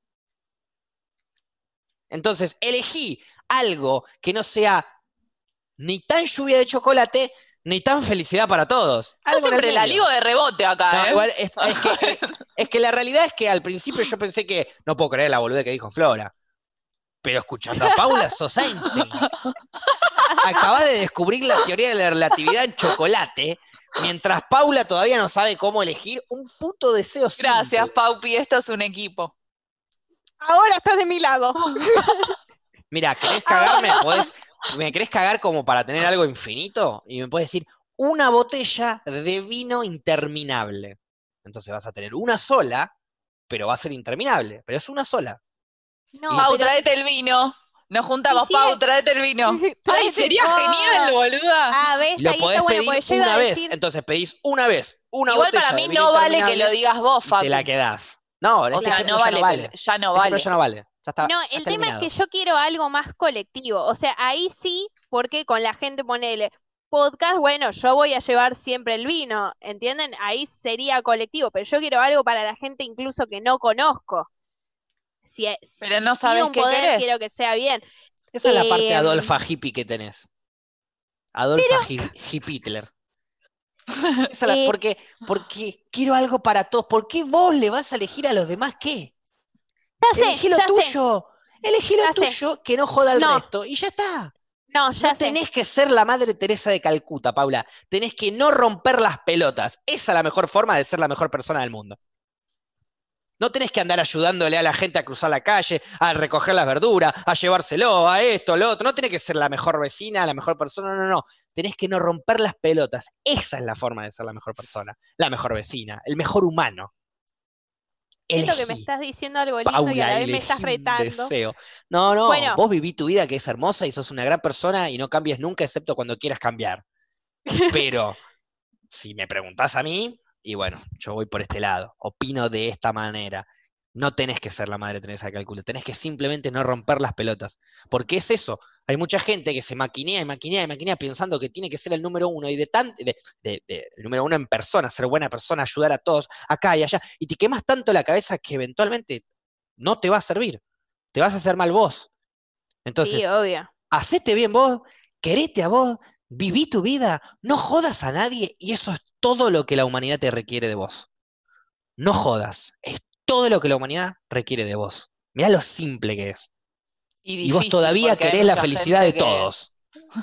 Entonces, elegí algo que no sea ni tan lluvia de chocolate, ni tan felicidad para todos. Yo Algo en el siempre la medio. ligo de rebote acá, No, ¿eh? igual es que la realidad es que al principio yo pensé que no puedo creer la boludez que dijo Flora. Pero escuchando a Paula, sos Einstein. Acabas de descubrir la teoría de la relatividad en chocolate, mientras Paula todavía no sabe cómo elegir un puto deseo Gracias, simple. Paupi, esto es un equipo. Ahora estás de mi lado. Mira, ¿querés cagarme? ¿Me querés cagar como para tener algo infinito? Y me puedes decir, una botella de vino interminable. Entonces vas a tener una sola, pero va a ser interminable. Pero es una sola. No, Pau, pero tráete el vino. Nos juntamos, Quisiera- Pau, tráete el vino. ¡Ay, Tráete- sería Oh. genial, boluda! ves, Lo ahí podés está bueno, pedir porque yo iba una a vez. decir, Entonces pedís una vez una Igual botella para mí de vino no vale que interminable lo digas vos, y Facu. te la quedás. No, en O este sea, ejemplo no ya vale no vale. ya no Este ejemplo vale. ya no vale. Ya está, no, ya el está tema es eliminado. que yo quiero algo más colectivo. O sea, ahí sí, porque con la gente ponele podcast, bueno, yo voy a llevar siempre el vino, ¿entienden? Ahí sería colectivo, pero yo quiero algo para la gente incluso que no conozco. Pero no pido sabes un qué poder, querés. quiero que sea bien. Esa es la parte Em, Adolfa hippie que tenés. Adolfa Hitler. eh, Porque quiero algo para todos. ¿Por qué vos le vas a elegir a los demás qué? ya sé, Elegí lo ya sé, tuyo. Elegí lo ya sé. tuyo, que no joda al No. resto. Y ya está. No, ya No sé. tenés que ser la Madre Teresa de Calcuta, Paula. Tenés que no romper las pelotas. Esa es la mejor forma de ser la mejor persona del mundo. No tenés que andar ayudándole a la gente a cruzar la calle, a recoger las verduras, a llevárselo, a esto, a lo otro. No tenés que ser la mejor vecina, la mejor persona, no. Tenés que no romper las pelotas. Esa es la forma de ser la mejor persona, la mejor vecina, el mejor humano. Siento que me Elegí, estás diciendo algo lindo y a Paula, la vez me estás elegí un retando. deseo. No, Bueno. vos viví tu vida que es hermosa y sos una gran persona y no cambies nunca excepto cuando quieras cambiar. Pero si me preguntás a mí, y bueno, yo voy por este lado, opino de esta manera. No tenés que ser la Madre Teresa de Calcuta, tenés que simplemente no romper las pelotas. Porque es eso, hay mucha gente que se maquinea y maquinea y maquinea pensando que tiene que ser el número uno y el número uno en persona, ser buena persona, ayudar a todos, acá y allá, y te quemas tanto la cabeza que eventualmente no te va a servir, te vas a hacer mal vos. Entonces, Sí, obvio. hacete bien vos, querete a vos, viví tu vida, no jodas a nadie y eso es todo lo que la humanidad te requiere de vos. No jodas, es todo lo que la humanidad requiere de vos. Mirá lo simple que es. Y Y vos difícil, todavía porque hay querés la mucha felicidad de gente que... todos.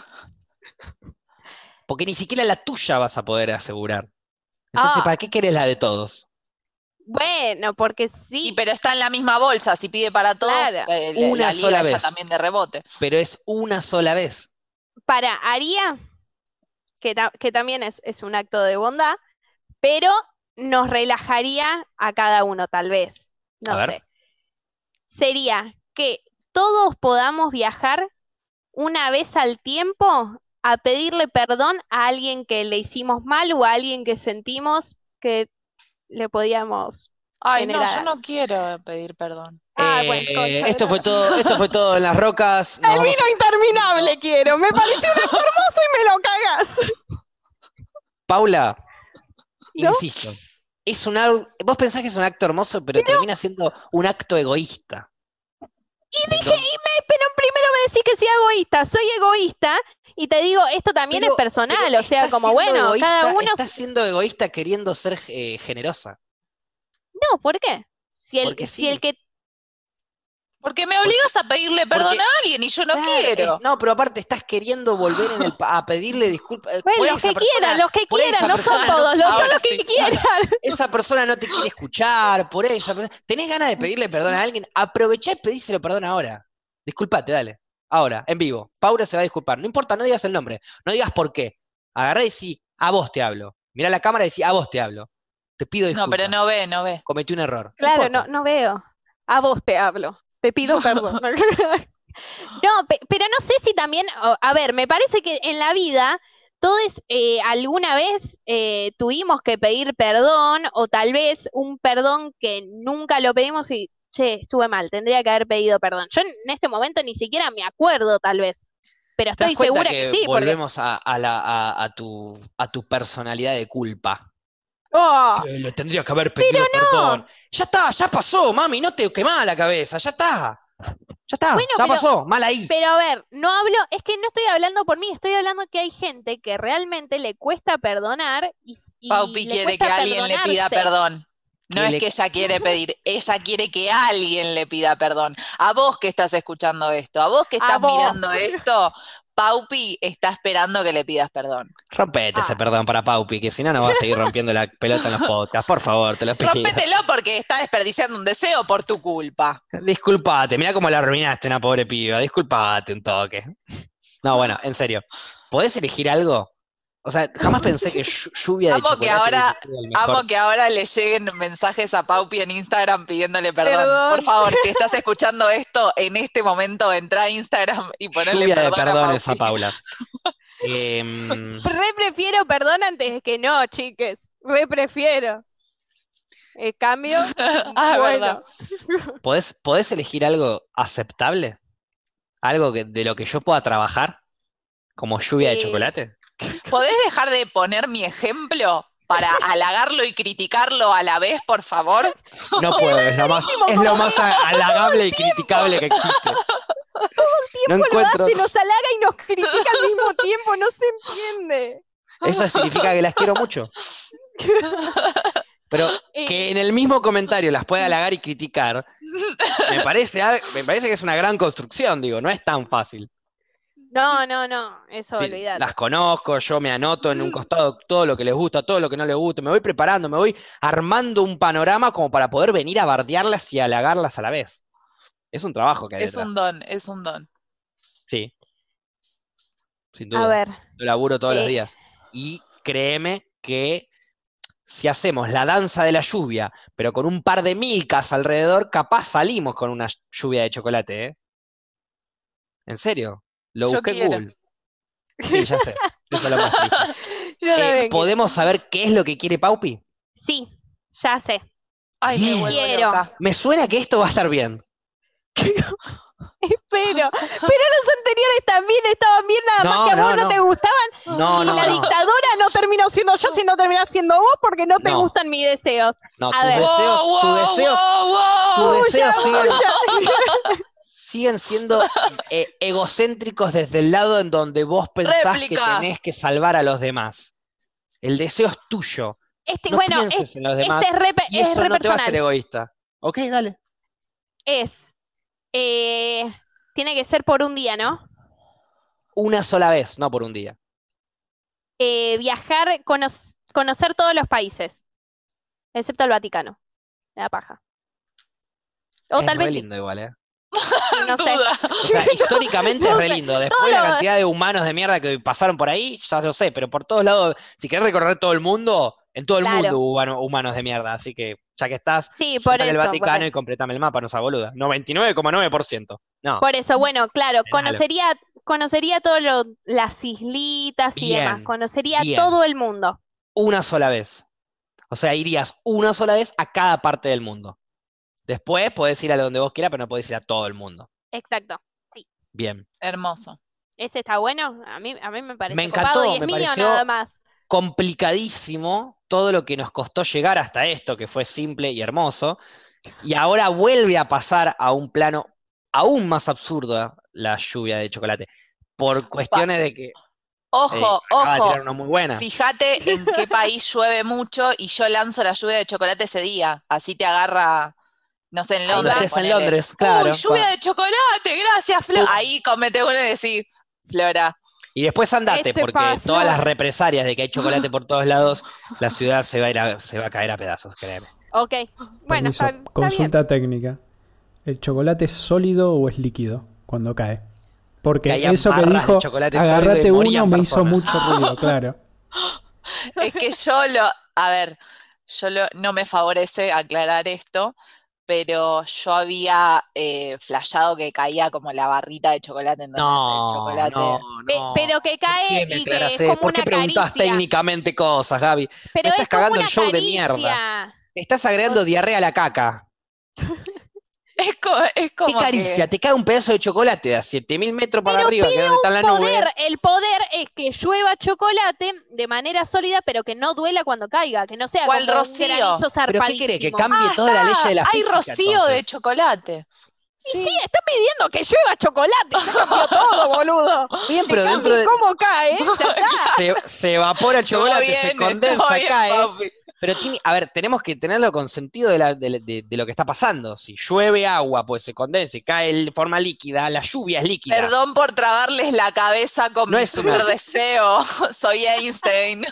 Porque ni siquiera la tuya vas a poder asegurar. Entonces, Ah, ¿para qué querés la de todos? bueno, porque Y sí, pero está en la misma bolsa, si pide para todos, claro. Una la sola liga ella vez. también de rebote. Pero es una sola vez. Haría, que también es un acto de bondad, pero nos relajaría a cada uno, tal vez. A No ver. sé. Sería que todos podamos viajar una vez al tiempo a pedirle perdón a alguien que le hicimos mal o a alguien que sentimos que le podíamos Ay, no, yo generar. no quiero pedir perdón. Ah, bueno, concha de Esto la- fue todo en Las Rocas. Nos El vamos vino interminable quiero. Me pareció un acto hermoso y me lo cagás. Paula, ¿No? insisto, vos pensás que es un acto hermoso, pero termina siendo un acto egoísta. Pero primero me decís que soy egoísta. Soy egoísta y te digo, esto también Pero- es personal. pero O sea, estás como siendo bueno, cada egoísta- uno. Estás siendo egoísta queriendo ser generosa. No, ¿por qué? Porque Si el sí. que. Porque me obligas a pedirle perdón a alguien y yo no Claro, quiero. no, pero aparte estás queriendo volver a pedirle disculpas. Bueno, Por ahí los esa que persona- quieran, los que por ahí quieran, esa no son persona todos, quiere- son Ahora los que sí. quieran. Esa persona no te quiere escuchar, por ahí esa persona. ¿Tenés ganas de pedirle perdón a alguien? Aprovechá y pedíselo perdón ahora. Disculpate, dale. Ahora, en vivo. Paula se va a disculpar. No importa, no digas el nombre. No digas por qué. Agarrá y decí, a vos te hablo. Mirá la cámara y decí, a vos te hablo. Te pido disculpas. No, pero no ve. Cometí un error. Claro, importa. no veo. A vos te hablo. Te pido perdón. No, pero no sé si también, a ver, me parece que en la vida todos alguna vez tuvimos que pedir perdón o tal vez un perdón que nunca lo pedimos y, che, estuve mal, tendría que haber pedido perdón. Yo en este momento ni siquiera me acuerdo tal vez, pero ¿Te das estoy cuenta segura que sí, porque... volvemos a tu personalidad de culpa? ¡Oh! Que le tendría que haber pedido perdón. Ya está, ya pasó, mami, no te quemás la cabeza, ya está. Ya está, Bueno, ya pero- pasó, mal ahí. Pero a ver, es que no estoy hablando por mí, estoy hablando que hay gente que realmente le cuesta perdonar y Paupi le quiere cuesta que alguien le pida perdonarse. perdón. No Que es le- que ella quiere pedir, ella quiere que alguien le pida perdón. A vos que estás escuchando esto, a vos que A estás vos. mirando esto, Paupi está esperando que le pidas perdón. Rompete ese Ah. perdón para Paupi, que si no, no vas a seguir rompiendo la pelota en los podcasts. Por favor, te lo pido. Rompételo porque está desperdiciando un deseo por tu culpa. Disculpate, mirá cómo la arruinaste una pobre piba. Disculpate un toque. No, bueno, en serio. ¿Podés elegir algo? O sea, jamás pensé que lluvia de Amo que chocolate ahora- hubiese sido el mejor. Amo que ahora le lleguen mensajes a Paupi en Instagram pidiéndole perdón. Perdón. Por favor, si estás escuchando esto en este momento, entra a Instagram y ponele Lluvia de perdón perdones a Paupi. Paula. Re prefiero perdón antes que no, chiques. Re prefiero. Cambio. Ah, bueno. verdad. ¿Podés elegir algo aceptable? ¿Algo de lo que yo pueda trabajar? ¿Como lluvia de Eh, chocolate? ¿Podés dejar de poner mi ejemplo para halagarlo y criticarlo a la vez, por favor? No puedo, es lo más halagable y criticable que existe. No Lo encuentro. hace, nos halaga y nos critica al mismo tiempo, no se entiende. Eso significa que las quiero mucho. Pero que en el mismo comentario las pueda halagar y criticar, me parece que es una gran construcción, digo, no es tan fácil. No, eso Sí, olvídate. las conozco, yo me anoto en un costado todo lo que les gusta, todo lo que no les gusta, me voy preparando, me voy armando un panorama como para poder venir a bardearlas y halagarlas a la vez. Es un trabajo que hay Es detrás. es un don. Sí, sin A duda. ver, Lo laburo todos los eh. días. Y créeme que si hacemos la danza de la lluvia, pero con un par de milkas alrededor, capaz salimos con una lluvia de chocolate, ¿eh? ¿En serio? Lo Yo busqué en quiero. Google. Sí, ya sé. Eso es lo más triste. yo también ¿Podemos saber qué es lo que quiere Paupi? Sí, ya sé. Ay, me Bien. vuelvo Quiero. loca. Me suena que esto va a estar bien. Pero los anteriores también estaban bien, nada No, más que a vos no, no te gustaban. No, Y no, la no. dictadora no terminó siendo yo, sino terminó siendo vos porque no te No. gustan mis deseos. No, A ver. tus deseos wow. siguen siendo egocéntricos desde el lado en donde vos pensás Réplica. que tenés que salvar a los demás. El deseo es tuyo. No Bueno, pienses en los demás. este es re, Y es eso re no te va a personal. hacer egoísta. Ok, dale. Tiene que ser por un día, ¿no? Una sola vez, no por un día. Viajar, conocer todos los países, excepto el Vaticano. Me da paja. O Es tal re vez sí, lindo igual, ¿eh? no sé. Duda. O sea, históricamente No es re sé. lindo. Después Todo la lo- cantidad de humanos de mierda que pasaron por ahí, ya lo sé, pero por todos lados, si querés recorrer todo el mundo, en todo el Claro. mundo hubo humanos de mierda, así que Ya que estás, Sí, por sumale el eso, Vaticano y completame el mapa, no sea boluda. 99,9%. No, por eso, bueno, claro, pedalo. conocería todo las islitas y demás, Bien, conocería bien. todo el mundo. Una sola vez. O sea, irías una sola vez a cada parte del mundo. Después podés ir a donde vos quieras, pero no podés ir a todo el mundo. Exacto. Sí. Bien. Hermoso. Ese está bueno, a mí me Me parece copado y encantó, es me mío nada pareció más. complicadísimo todo lo que nos costó llegar hasta esto, que fue simple y hermoso. Y ahora vuelve a pasar a un plano aún más absurdo la lluvia de chocolate. Por Pa- cuestiones de que Ojo, acaba de tirar ojo. una muy buena. Fíjate en qué país llueve mucho y yo lanzo la lluvia de chocolate ese día. Así te agarra, no sé, en Ahí Cuando va. Londres, estés en ponele. Londres, ¡Uy, claro. lluvia de chocolate! Gracias, Flor. Pum. Ahí comete uno y decís, Flora. Y después andate, Este porque todas las pasa. represalias de que hay chocolate por todos lados, la ciudad se va a se va a caer a pedazos, créeme. Ok, bueno, Permiso, está bien. consulta técnica. ¿El chocolate es sólido o es líquido cuando cae? Porque Caían eso que barras de dijo, chocolate sólido y agárrate uno, morían me hizo personas. mucho ruido, claro. Es que a ver, no me favorece aclarar esto, pero yo había flasheado que caía como la barrita de chocolate, ¿entendés? El No, no, chocolate. no. Pero que ¿Por cae qué me y que aclarás es eso? como ¿Por qué una preguntás caricia. técnicamente cosas, Gaby? Me Pero estás es como cagando el una show de mierda. caricia. Estás agregando diarrea a la caca. Es ¿Qué como caricia? que. Te cae un pedazo de chocolate a 7000 metros para Pero arriba, que es pide donde están un las poder. nubes. El poder es que llueva chocolate de manera sólida, pero que no duela cuando caiga, que no sea ¿Cuál como un rocío? granizo ¿Pero qué querés? Que zarpadísimo. cambie Ah, toda la ley de la hay física, rocío de entonces. chocolate. Y sí, Sí. está pidiendo que llueva chocolate, ya cambió todo, boludo. Bien, Que pero dentro cambie de... cómo cae, ya está. Se evapora el chocolate, se Estuvo condensa, bien, cae. papi. Pero a ver, tenemos que tenerlo con sentido de lo que está pasando. Si llueve agua, pues se condensa y cae en forma líquida, la lluvia es líquida. Perdón por trabarles la cabeza con No mi es super una. deseo. Soy Einstein.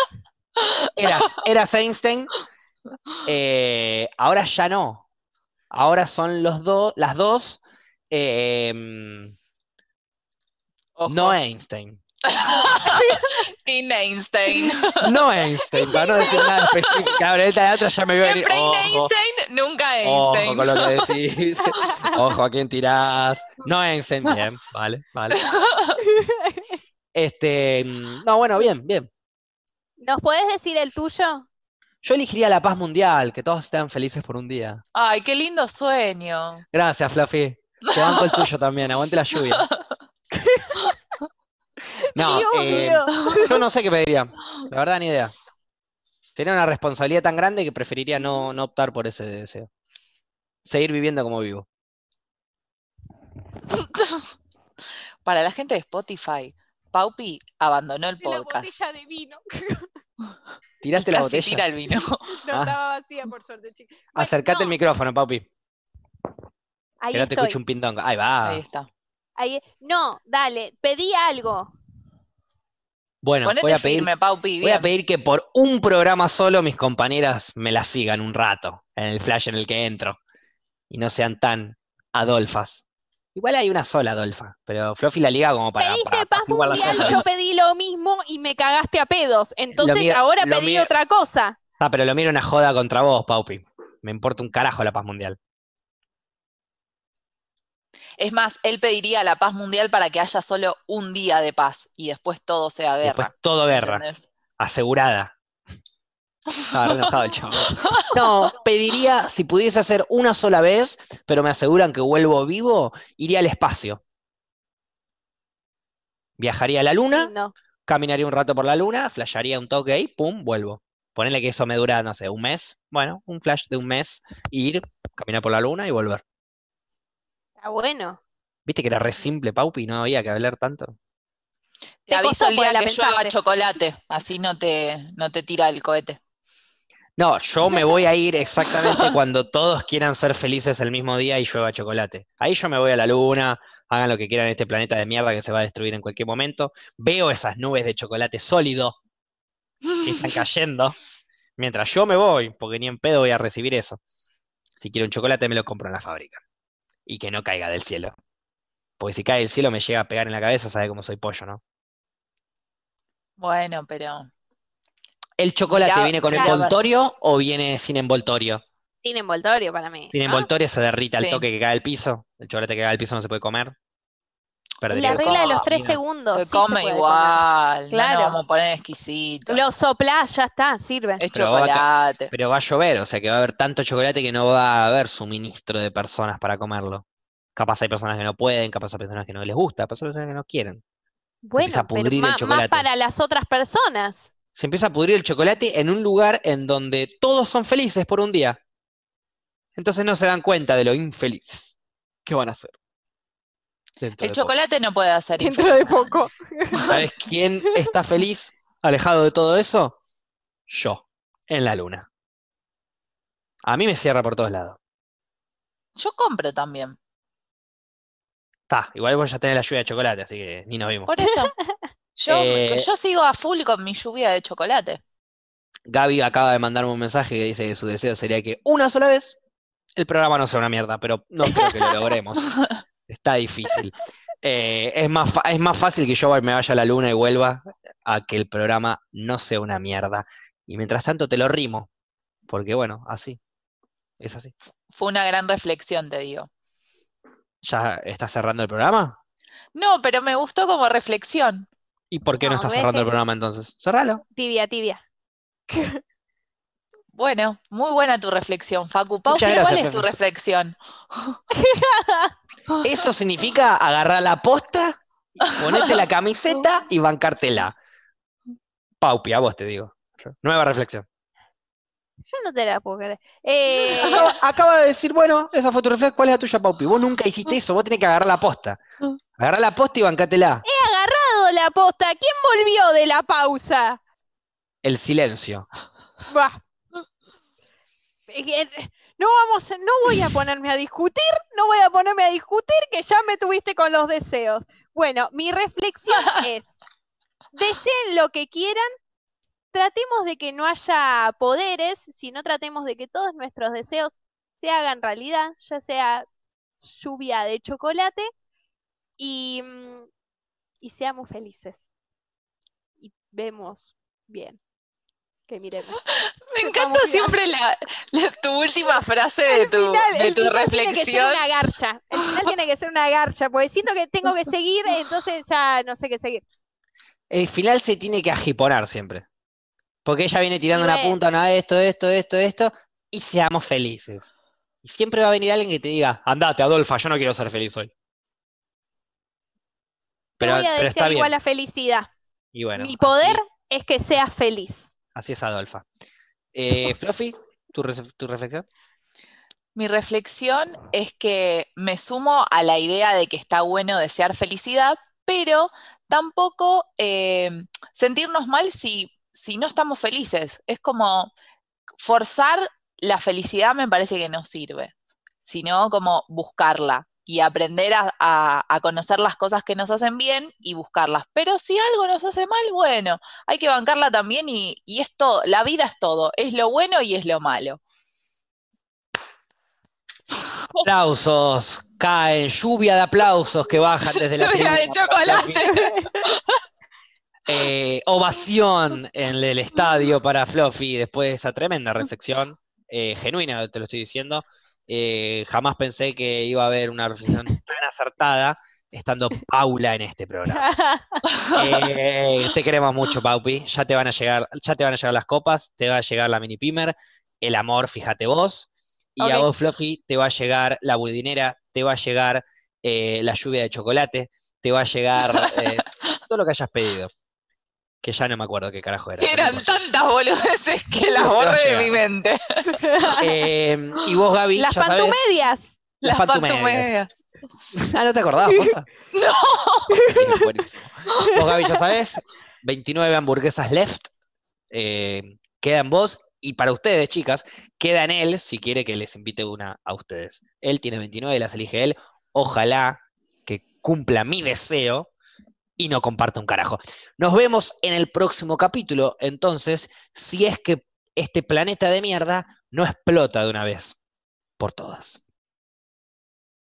Eras Einstein, ahora ya no. Ahora son las dos, no Ojo. Einstein. Sin Einstein. No Einstein, para no decir nada específico. Ahora esta la otra ya me veo venir. Siempre in Ojo, Einstein, nunca ojo Einstein. con lo que decís. Ojo a quién tirás. No Einstein, bien, vale, vale. No, bueno, bien, bien. ¿Nos podés decir el tuyo? Yo elegiría la paz mundial, que todos estén felices por un día. Ay, qué lindo sueño. Gracias, Fluffy. Te banco el tuyo también, aguante la lluvia. No, Dios mío. yo no sé qué pediría. La verdad, ni idea. Sería una responsabilidad tan grande que preferiría no optar por ese deseo. Seguir viviendo como vivo. Para la gente de Spotify, Paupi abandonó el De la podcast. botella de vino. Y ¿Tiraste la casi botella? tira el vino. No, Ah. estaba vacía, por suerte, chicos. Bueno, Acércate no, el micrófono, Paupi. ahí Que no te estoy. escuche un pindongo. Ahí Ahí va. está. No, dale, pedí algo. Bueno, Ponete firme, Paupi, voy a bien. pedir que por un programa solo mis compañeras me la sigan un rato en el flash en el que entro y no sean tan adolfas. Igual hay una sola Adolfa, pero Fluffy la liga como para Pediste paz apaciguar las mundial, cosas. yo pedí lo mismo y me cagaste a pedos. Entonces ahora lo pedí mío- otra cosa. Ah, pero lo miro una joda contra vos, Paupi. Me importa un carajo la paz mundial. Es más, él pediría la paz mundial para que haya solo un día de paz y después todo sea Y después guerra. todo guerra, ¿Entendés? asegurada. Estaba re enojado el chavo. No, pediría, si pudiese hacer una sola vez, pero me aseguran que vuelvo vivo, iría al espacio. Viajaría a la luna, Lindo. caminaría un rato por la luna, flasharía un toque ahí, pum, vuelvo. Ponele que eso me dura, no sé, un mes. Bueno, un flash de un mes, ir, caminar por la luna y volver. Está bueno. ¿Viste que era re simple, Paupi? No había que hablar tanto. Te Te aviso costó el día porque la que llueva pensaste. chocolate, así no te tira el cohete. No, yo me voy a ir exactamente cuando todos quieran ser felices el mismo día y llueva chocolate. Ahí yo me voy a la luna, hagan lo que quieran en este planeta de mierda que se va a destruir en cualquier momento. Veo esas nubes de chocolate sólido que están cayendo. Mientras yo me voy, porque ni en pedo voy a recibir eso. Si quiero un chocolate me lo compro en la fábrica. Y que no caiga del cielo. Porque si cae del cielo me llega a pegar en la cabeza, sabe cómo soy pollo, ¿no? Bueno, pero ¿El chocolate mirá, viene con mirá a ver. envoltorio o viene sin envoltorio? Sin envoltorio para mí, Sin ¿no? envoltorio se derrite al Sí. toque que cae al piso. El chocolate que cae al piso no se puede comer. Es Perdería la Se regla de los come, 3 comida. segundos, se sí se come puede comer. igual, no Claro. nos vamos a poner exquisitos. Lo soplás, ya está, sirve. Es Pero va a chocolate. Pero va a llover, o sea que va a haber tanto chocolate que no va a haber suministro de personas para comerlo. Capaz hay personas que no pueden, capaz hay personas que no les gusta, capaz hay personas que no quieren. Se empieza a Bueno, pero pudrir el más chocolate. para las otras personas. Se empieza a pudrir el chocolate en un lugar en donde todos son felices por un día. Entonces no se dan cuenta de lo infelices que van a hacer. Dentro El de poco. chocolate no puede hacer Dentro de infeliz a poco. ¿Sabes quién está feliz, alejado de todo eso? Yo, en la luna. A mí me cierra por todos lados. Yo compro también. Está, igual vos ya tenés la lluvia de chocolate, así que ni nos vimos. Por eso, Eh, yo sigo a full con mi lluvia de chocolate. Gaby acaba de mandarme un mensaje que dice que su deseo sería que una sola vez el programa no sea una mierda, pero no creo que lo logremos. Está difícil. Es más fácil que yo me vaya a la luna y vuelva a que el programa no sea una mierda. Y mientras tanto te lo rimo, porque bueno, así, es así. Fue una gran reflexión, te digo. ¿Ya está cerrando el programa? No, pero me gustó como reflexión. ¿Y por qué no No, está ves cerrando el que- programa entonces? Cerralo. Tibia, tibia. Bueno, muy buena tu reflexión, Facu. Pau, Muchas ¿cuál gracias, es tu Fefe. reflexión? Eso significa agarrar la posta, ponerte la camiseta y bancártela. Paupi, a vos te digo. Nueva reflexión. Yo no te la puedo creer. Acaba de decir, bueno, esa fue tu reflexión. ¿Cuál es la tuya, Paupi? Vos nunca hiciste eso, vos tenés que agarrar la posta. Agarrar la posta y bancátela. He agarrado la posta. ¿Quién volvió de la pausa? El silencio. Bah. No voy a ponerme a discutir, que ya me tuviste con los deseos. Bueno, mi reflexión es, deseen lo que quieran, tratemos de que no haya poderes, sino tratemos de que todos nuestros deseos se hagan realidad, ya sea lluvia de chocolate, y seamos felices. Y vemos bien. Que miremos. Me Vamos encanta bien. siempre tu última frase de tu El final tiene que ser reflexión. una garcha. El final tiene que ser una garcha, porque siento que tengo que seguir, entonces ya no sé qué seguir. El final se tiene que ajiponar siempre. Porque ella viene tirando Y una bueno. punta, una esto, y seamos felices. Y siempre va a venir alguien que te diga, andate, Adolfa, yo no quiero ser feliz hoy. Te voy a pero está desear igual bien. la felicidad. Y bueno, Mi poder es que seas feliz. así es Adolfa. Fluffy, ¿tu reflexión? Mi reflexión es que me sumo a la idea de que está bueno desear felicidad, pero tampoco sentirnos mal si no estamos felices. Es como forzar la felicidad me parece que no sirve, sino como buscarla y aprender a conocer las cosas que nos hacen bien y buscarlas. Pero si algo nos hace mal, bueno, hay que bancarla también y esto, la vida es todo, es lo bueno y es lo malo. Aplausos, caen, lluvia de aplausos que bajan desde la Lluvia de tribuna para Fluffy. chocolate. Ovación en el estadio para Fluffy después de esa tremenda reflexión, genuina, te lo estoy diciendo. Jamás pensé que iba a haber una reflexión tan acertada estando Paula en este programa. Te queremos mucho, Paupi. Ya te van a llegar las copas, te va a llegar la mini pimer, el amor, fíjate vos. Y a Ok. vos, Fluffy, te va a llegar la budinera, te va a llegar la lluvia de chocolate, te va a llegar todo lo que hayas pedido. Que ya no me acuerdo qué carajo era. pero no Eran importa. tantas boludeces que las Te va a borré de llegar. mi mente. Y vos, Gaby, Las ya sabés. pantumedias. Las pantumedias. pantumedias. Ah, ¿no te acordabas, posta? No. Bien, buenísimo. Vos, Gaby, ya sabés. 29 hamburguesas left. Quedan vos. Y para ustedes, chicas, queda en él si quiere que les invite una a ustedes. Él tiene 29, las elige él. Ojalá que cumpla mi deseo y no comparta un carajo. Nos vemos en el próximo capítulo, entonces, si es que este planeta de mierda no explota de una vez por todas.